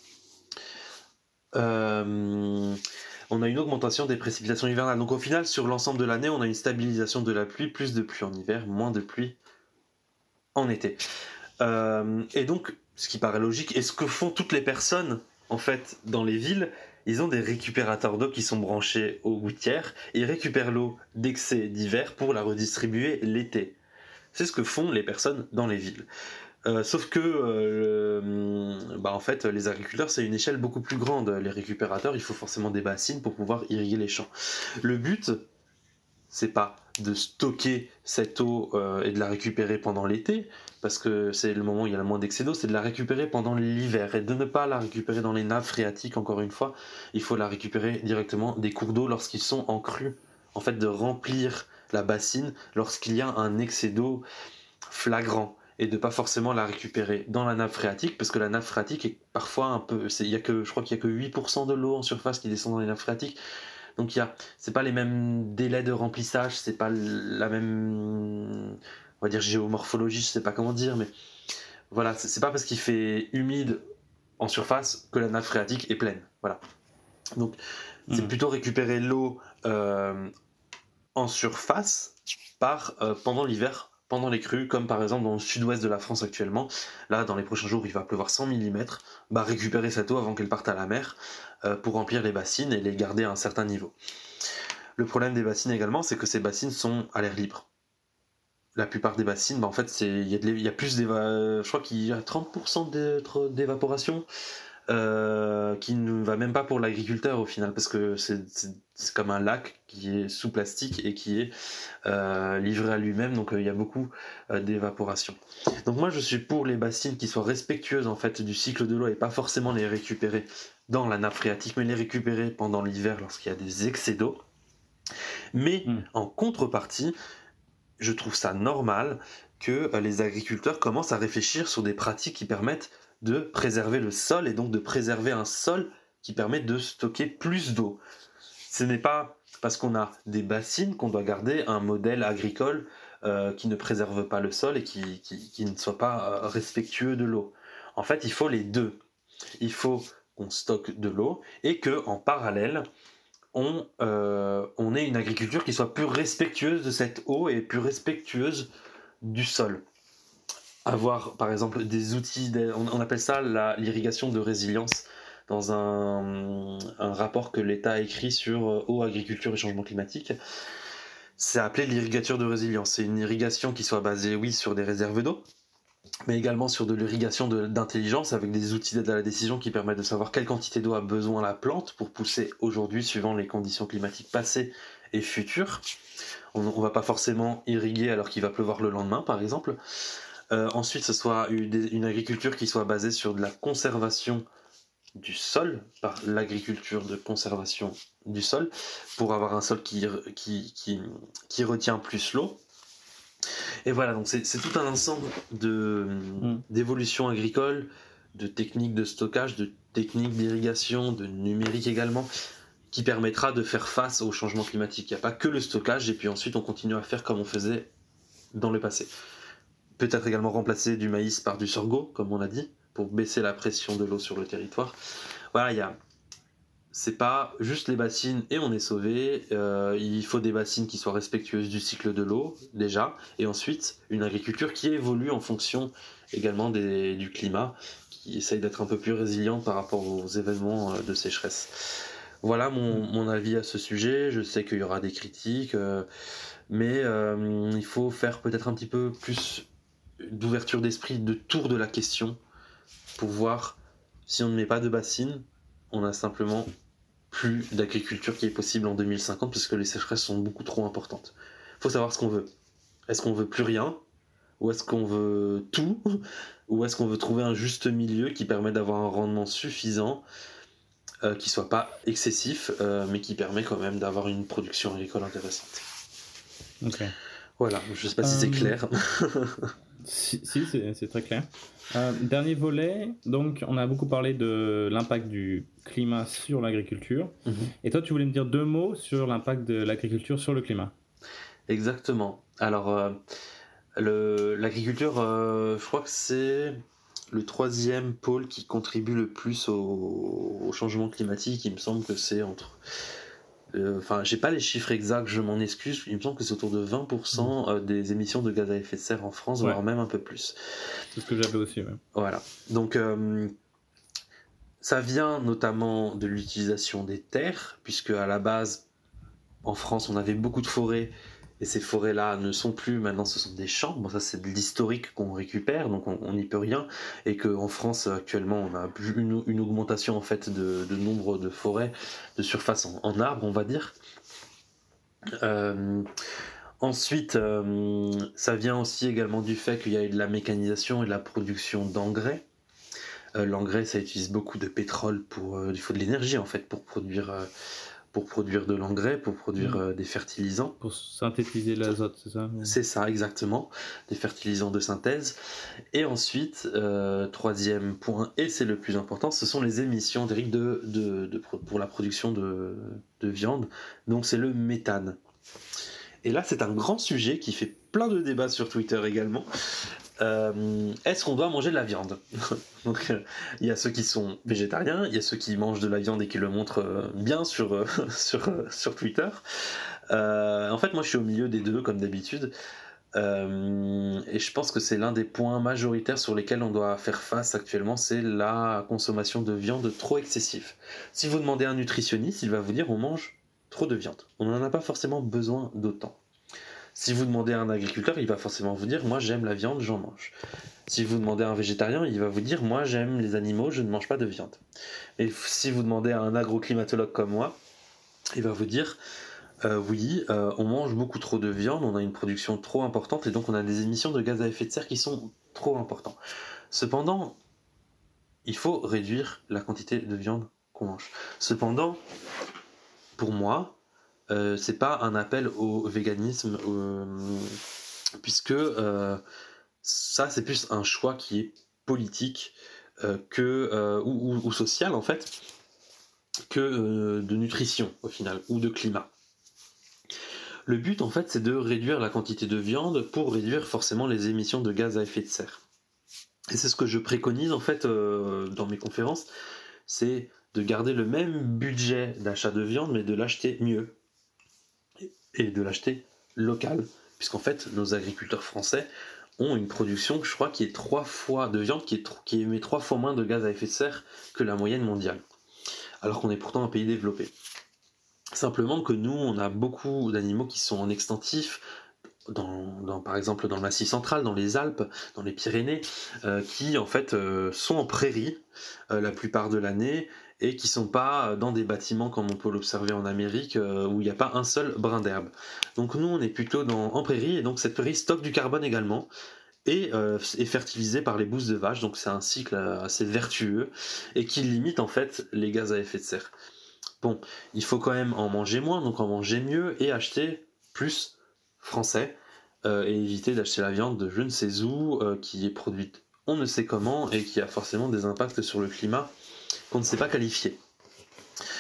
Euh, on a une augmentation des précipitations hivernales. Donc au final, sur l'ensemble de l'année, on a une stabilisation de la pluie, plus de pluie en hiver, moins de pluie en été. Euh, et donc, ce qui paraît logique, et ce que font toutes les personnes, en fait, dans les villes, ils ont des récupérateurs d'eau qui sont branchés aux gouttières, et ils récupèrent l'eau d'excès d'hiver pour la redistribuer l'été. C'est ce que font les personnes dans les villes. Euh, sauf que, euh, bah en fait, les agriculteurs, c'est une échelle beaucoup plus grande. Les récupérateurs, il faut forcément des bassines pour pouvoir irriguer les champs. Le but, c'est pas de stocker cette eau euh, et de la récupérer pendant l'été, parce que c'est le moment où il y a le moins d'excès d'eau, c'est de la récupérer pendant l'hiver, et de ne pas la récupérer dans les nappes phréatiques, encore une fois. Il faut la récupérer directement des cours d'eau lorsqu'ils sont en crue. En fait, de remplir la bassine lorsqu'il y a un excès d'eau flagrant, et de pas forcément la récupérer dans la nappe phréatique, parce que la nappe phréatique est parfois un peu, c'est, y a que, je crois qu'il y a que huit pour cent de l'eau en surface qui descend dans les nappes phréatiques, donc il y a, c'est pas les mêmes délais de remplissage, c'est pas la même, on va dire géomorphologie, je sais pas comment dire, mais voilà, c'est, c'est pas parce qu'il fait humide en surface que la nappe phréatique est pleine, voilà. Donc c'est mmh. plutôt récupérer l'eau euh, en surface par euh, pendant l'hiver, pendant les crues, comme par exemple dans le sud-ouest de la France actuellement. Là, dans les prochains jours, il va pleuvoir cent millimètres. Bah, récupérer cette eau avant qu'elle parte à la mer euh, pour remplir les bassines et les garder à un certain niveau. Le problème des bassines également, c'est que ces bassines sont à l'air libre. La plupart des bassines, bah, en fait, il y, y a plus d'évaporation. Je crois qu'il y a trente pour cent d'évaporation. Euh, qui ne va même pas pour l'agriculteur au final, parce que c'est, c'est, c'est comme un lac qui est sous plastique et qui est euh, livré à lui-même, donc il euh, y a beaucoup euh, d'évaporation. Donc moi je suis pour les bassines qui soient respectueuses en fait du cycle de l'eau et pas forcément les récupérer dans la nappe phréatique, mais les récupérer pendant l'hiver lorsqu'il y a des excès d'eau. Mais mmh. en contrepartie, je trouve ça normal que euh, les agriculteurs commencent à réfléchir sur des pratiques qui permettent de préserver le sol et donc de préserver un sol qui permet de stocker plus d'eau. Ce n'est pas parce qu'on a des bassines qu'on doit garder un modèle agricole euh, qui ne préserve pas le sol et qui, qui, qui ne soit pas euh, respectueux de l'eau. En fait, il faut les deux. Il faut qu'on stocke de l'eau et qu'en parallèle, on, euh, on ait une agriculture qui soit plus respectueuse de cette eau et plus respectueuse du sol. Avoir par exemple des outils, on appelle ça la, l'irrigation de résilience dans un, un rapport que l'État a écrit sur eau, agriculture et changement climatique. C'est appelé l'irrigation de résilience. C'est une irrigation qui soit basée, oui, sur des réserves d'eau, mais également sur de l'irrigation de, d'intelligence avec des outils d'aide à la décision qui permettent de savoir quelle quantité d'eau a besoin la plante pour pousser aujourd'hui suivant les conditions climatiques passées et futures. On ne va pas forcément irriguer alors qu'il va pleuvoir le lendemain, par exemple. Euh, ensuite, ce soit une, une agriculture qui soit basée sur de la conservation du sol, par l'agriculture de conservation du sol, pour avoir un sol qui, qui, qui, qui retient plus l'eau. Et voilà, donc c'est, c'est tout un ensemble de, mmh. d'évolution agricole, de techniques de stockage, de techniques d'irrigation, de numérique également, qui permettra de faire face au changement climatique. Il n'y a pas que le stockage, et puis ensuite on continue à faire comme on faisait dans le passé. Peut-être également remplacer du maïs par du sorgho, comme on a dit, pour baisser la pression de l'eau sur le territoire. Voilà, il y a... c'est pas juste les bassines et on est sauvé, euh, il faut des bassines qui soient respectueuses du cycle de l'eau, déjà, et ensuite une agriculture qui évolue en fonction également des, du climat, qui essaye d'être un peu plus résiliente par rapport aux événements de sécheresse. Voilà mon, mon avis à ce sujet. Je sais qu'il y aura des critiques, euh, mais euh, il faut faire peut-être un petit peu plus d'ouverture d'esprit, de tour de la question, pour voir si on ne met pas de bassines, on a simplement plus d'agriculture qui est possible en deux mille cinquante, puisque les sécheresses sont beaucoup trop importantes. Il faut savoir ce qu'on veut. Est-ce qu'on veut plus rien ? Ou est-ce qu'on veut tout ? Ou est-ce qu'on veut trouver un juste milieu qui permet d'avoir un rendement suffisant, euh, qui soit pas excessif, euh, mais qui permet quand même d'avoir une production agricole intéressante. Ok. Voilà, je sais pas si Euh, c'est clair. Si, si, c'est, c'est très clair. Euh, dernier volet, donc on a beaucoup parlé de l'impact du climat sur l'agriculture. Mhm. Et toi, tu voulais me dire deux mots sur l'impact de l'agriculture sur le climat. Exactement. Alors, euh, le, l'agriculture, euh, je crois que c'est le troisième pôle qui contribue le plus au, au changement climatique. Il me semble que c'est entre... Enfin, euh, j'ai pas les chiffres exacts, je m'en excuse. Il me semble que c'est autour de vingt pour cent euh, des émissions de gaz à effet de serre en France, ouais. voire même un peu plus. C'est ce que j'avais aussi, ouais. Voilà. Donc, euh, ça vient notamment de l'utilisation des terres, puisque à la base, en France, on avait beaucoup de forêts, et ces forêts-là ne sont plus, maintenant ce sont des champs. Bon, ça c'est de l'historique qu'on récupère, donc on n'y peut rien, et qu'en France, actuellement, on a une, une augmentation en fait de, de nombre de forêts, de surface en, en arbres, on va dire. Euh, ensuite, euh, ça vient aussi également du fait qu'il y a de la mécanisation et de la production d'engrais. Euh, l'engrais, ça utilise beaucoup de pétrole, pour, euh, il faut de l'énergie en fait pour produire... Euh, pour produire de l'engrais, pour produire euh, des fertilisants. Pour synthétiser l'azote, c'est ça ? C'est ça, exactement, des fertilisants de synthèse. Et ensuite, euh, troisième point, et c'est le plus important, ce sont les émissions directes de, de, de, pour la production de, de viande. Donc c'est le méthane. Et là, c'est un grand sujet qui fait plein de débats sur Twitter également. Euh, est-ce qu'on doit manger de la viande ? Donc il euh, y a ceux qui sont végétariens, il y a ceux qui mangent de la viande et qui le montrent euh, bien sur, euh, sur, euh, sur Twitter. Euh, en fait, moi je suis au milieu des deux comme d'habitude. Euh, et je pense que c'est l'un des points majoritaires sur lesquels on doit faire face actuellement, c'est la consommation de viande trop excessive. Si vous demandez à un nutritionniste, il va vous dire on mange trop de viande. On n'en a pas forcément besoin d'autant. Si vous demandez à un agriculteur, il va forcément vous dire « moi j'aime la viande, j'en mange ». Si vous demandez à un végétarien, il va vous dire « moi j'aime les animaux, je ne mange pas de viande ». Et si vous demandez à un agroclimatologue comme moi, il va vous dire euh, « oui, euh, on mange beaucoup trop de viande, on a une production trop importante et donc on a des émissions de gaz à effet de serre qui sont trop importantes ». Cependant, il faut réduire la quantité de viande qu'on mange. Cependant, pour moi, Euh, c'est pas un appel au véganisme, euh, puisque euh, ça c'est plus un choix qui est politique euh, que, euh, ou, ou, ou social en fait, que euh, de nutrition au final, ou de climat. Le but en fait c'est de réduire la quantité de viande pour réduire forcément les émissions de gaz à effet de serre. Et c'est ce que je préconise en fait euh, dans mes conférences, c'est de garder le même budget d'achat de viande mais de l'acheter mieux. Et de l'acheter local, puisqu'en fait nos agriculteurs français ont une production, je crois, qui est trois fois de viande, qui, est, qui émet trois fois moins de gaz à effet de serre que la moyenne mondiale, alors qu'on est pourtant un pays développé. Simplement que nous, on a beaucoup d'animaux qui sont en extensif, dans, dans, par exemple dans le Massif central, dans les Alpes, dans les Pyrénées, euh, qui en fait euh, sont en prairie euh, la plupart de l'année, et qui sont pas dans des bâtiments comme on peut l'observer en Amérique euh, où il n'y a pas un seul brin d'herbe. Donc nous on est plutôt dans, en prairie, et donc cette prairie stocke du carbone également et euh, est fertilisée par les bousses de vache, donc c'est un cycle assez vertueux et qui limite en fait les gaz à effet de serre. Bon, il faut quand même en manger moins, donc en manger mieux et acheter plus français euh, et éviter d'acheter la viande de je ne sais où euh, qui est produite on ne sait comment et qui a forcément des impacts sur le climat qu'on ne sait pas qualifier.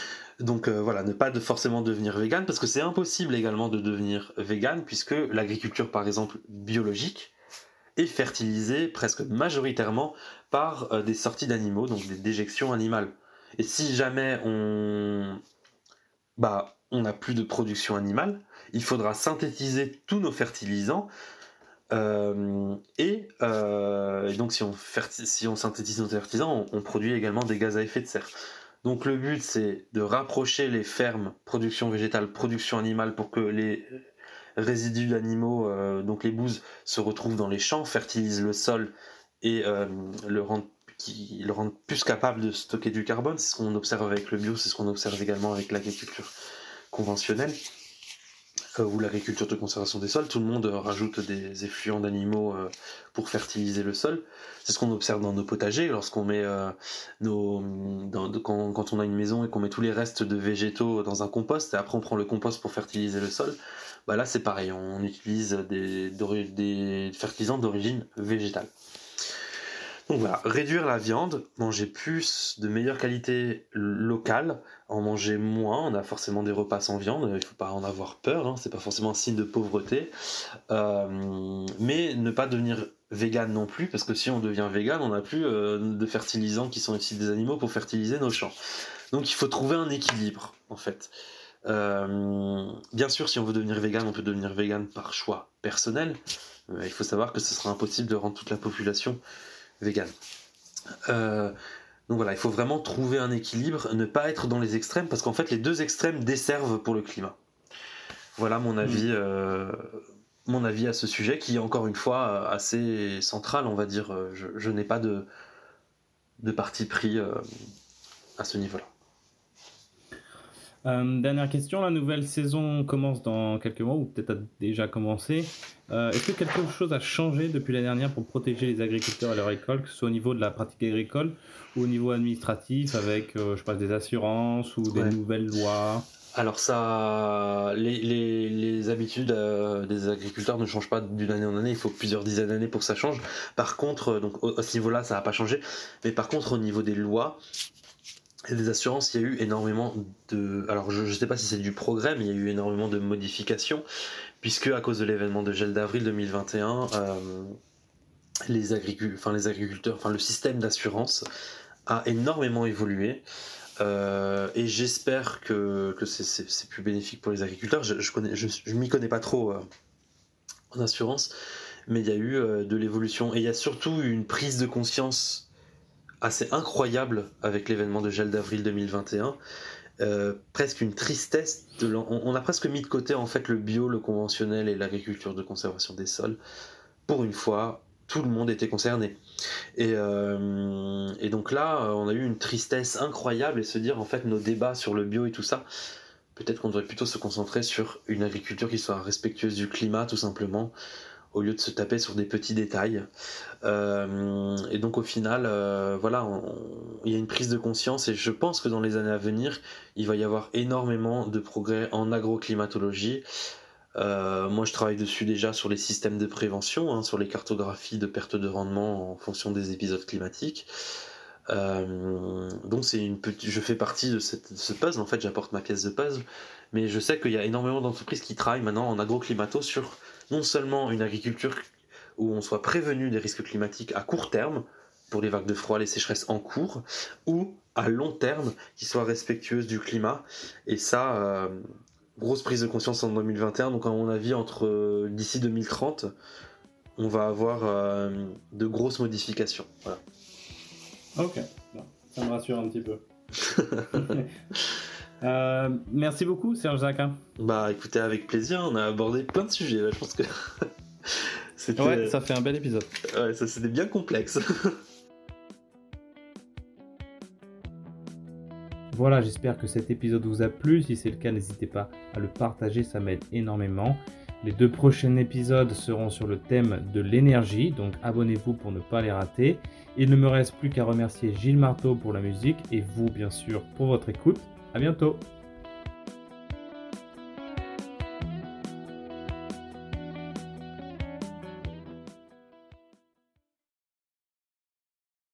Donc euh, voilà, ne pas de forcément devenir vegan, parce que c'est impossible également de devenir vegan, puisque l'agriculture, par exemple, biologique, est fertilisée presque majoritairement par euh, des sorties d'animaux, donc des déjections animales. Et si jamais on bah, on n'a plus de production animale, il faudra synthétiser tous nos fertilisants, euh, et, euh, et donc si on, ferti- si on synthétise nos fertilisants, on, on produit également des gaz à effet de serre. Donc le but, c'est de rapprocher les fermes production végétale, production animale, pour que les résidus d'animaux, euh, donc les bouses, se retrouvent dans les champs, fertilisent le sol et euh, le rendent, qui, le rendent plus capable de stocker du carbone. C'est ce qu'on observe avec le bio, c'est ce qu'on observe également avec l'agriculture conventionnelle, euh, ou l'agriculture de conservation des sols. Tout le monde rajoute des effluents d'animaux euh, pour fertiliser le sol. C'est ce qu'on observe dans nos potagers, lorsqu'on met euh, nos, dans, de, quand, quand on a une maison et qu'on met tous les restes de végétaux dans un compost, et après on prend le compost pour fertiliser le sol. Bah là c'est pareil, on utilise des, des fertilisants d'origine végétale. Donc voilà, réduire la viande, manger plus de meilleure qualité locale, en manger moins. On a forcément des repas sans viande, il ne faut pas en avoir peur, hein, c'est pas forcément un signe de pauvreté. Euh, mais ne pas devenir vegan non plus, parce que si on devient vegan, on n'a plus euh, de fertilisants qui sont issus des animaux pour fertiliser nos champs. Donc il faut trouver un équilibre en fait. Euh, bien sûr, si on veut devenir vegan, on peut devenir vegan par choix personnel. Euh, il faut savoir que ce sera impossible de rendre toute la population vegan. Euh, donc voilà, il faut vraiment trouver un équilibre, ne pas être dans les extrêmes, parce qu'en fait les deux extrêmes desservent pour le climat. Voilà mon avis, euh, mon avis à ce sujet, qui est encore une fois assez central, on va dire. Je, je n'ai pas de, de parti pris euh, à ce niveau-là. Euh, dernière question, la nouvelle saison commence dans quelques mois, ou peut-être a déjà commencé. Euh, est-ce que quelque chose a changé depuis la dernière pour protéger les agriculteurs et leur récolte, que ce soit au niveau de la pratique agricole ou au niveau administratif, avec euh, je sais pas, des assurances ou des ouais. nouvelles lois? Alors ça, les, les, les habitudes euh, des agriculteurs ne changent pas d'une année en année, il faut plusieurs dizaines d'années pour que ça change. Par contre, donc, à ce niveau-là, ça n'a pas changé. Mais par contre, au niveau des lois et des assurances, il y a eu énormément de... Alors je ne sais pas si c'est du progrès, mais il y a eu énormément de modifications, puisque à cause de l'événement de gel d'avril deux mille vingt et un, euh, les, agricul... enfin, les agriculteurs, enfin le système d'assurance a énormément évolué. Euh, et j'espère que, que c'est, c'est, c'est plus bénéfique pour les agriculteurs. Je, je, connais, je, je m'y connais pas trop euh, en assurance, mais il y a eu euh, de l'évolution, et il y a surtout une prise de conscience assez incroyable avec l'événement de gel d'avril deux mille vingt et un. Euh, presque une tristesse de on, on a presque mis de côté en fait le bio, le conventionnel et l'agriculture de conservation des sols. Pour une fois, tout le monde était concerné. Et, euh, et donc là, on a eu une tristesse incroyable, et se dire en fait nos débats sur le bio et tout ça, peut-être qu'on devrait plutôt se concentrer sur une agriculture qui soit respectueuse du climat, tout simplement, au lieu de se taper sur des petits détails. Euh, et donc au final, euh, voilà, il y a une prise de conscience, et je pense que dans les années à venir, il va y avoir énormément de progrès en agroclimatologie. Euh, moi je travaille dessus déjà sur les systèmes de prévention, hein, sur les cartographies de perte de rendement en fonction des épisodes climatiques. Euh, donc c'est une petite, je fais partie de, cette, de ce puzzle, en fait j'apporte ma pièce de puzzle, mais je sais qu'il y a énormément d'entreprises qui travaillent maintenant en agroclimato sur non seulement une agriculture où on soit prévenu des risques climatiques à court terme, pour les vagues de froid, les sécheresses en cours, ou à long terme, qui soit respectueuse du climat. Et ça, euh, grosse prise de conscience en deux mille vingt et un, donc à mon avis, entre euh, d'ici deux mille trente, on va avoir euh, de grosses modifications. Voilà. Ok, bon, ça me rassure un petit peu. euh, merci beaucoup, Serge Zaka. Bah écoutez, avec plaisir, on a abordé plein de sujets là, je pense que... C'était... Ouais, ça fait un bel épisode. Ouais, ça c'était bien complexe. Voilà, j'espère que cet épisode vous a plu. Si c'est le cas, n'hésitez pas à le partager, ça m'aide énormément. Les deux prochains épisodes seront sur le thème de l'énergie, donc abonnez-vous pour ne pas les rater. Il ne me reste plus qu'à remercier Gilles Marteau pour la musique, et vous bien sûr pour votre écoute. À bientôt.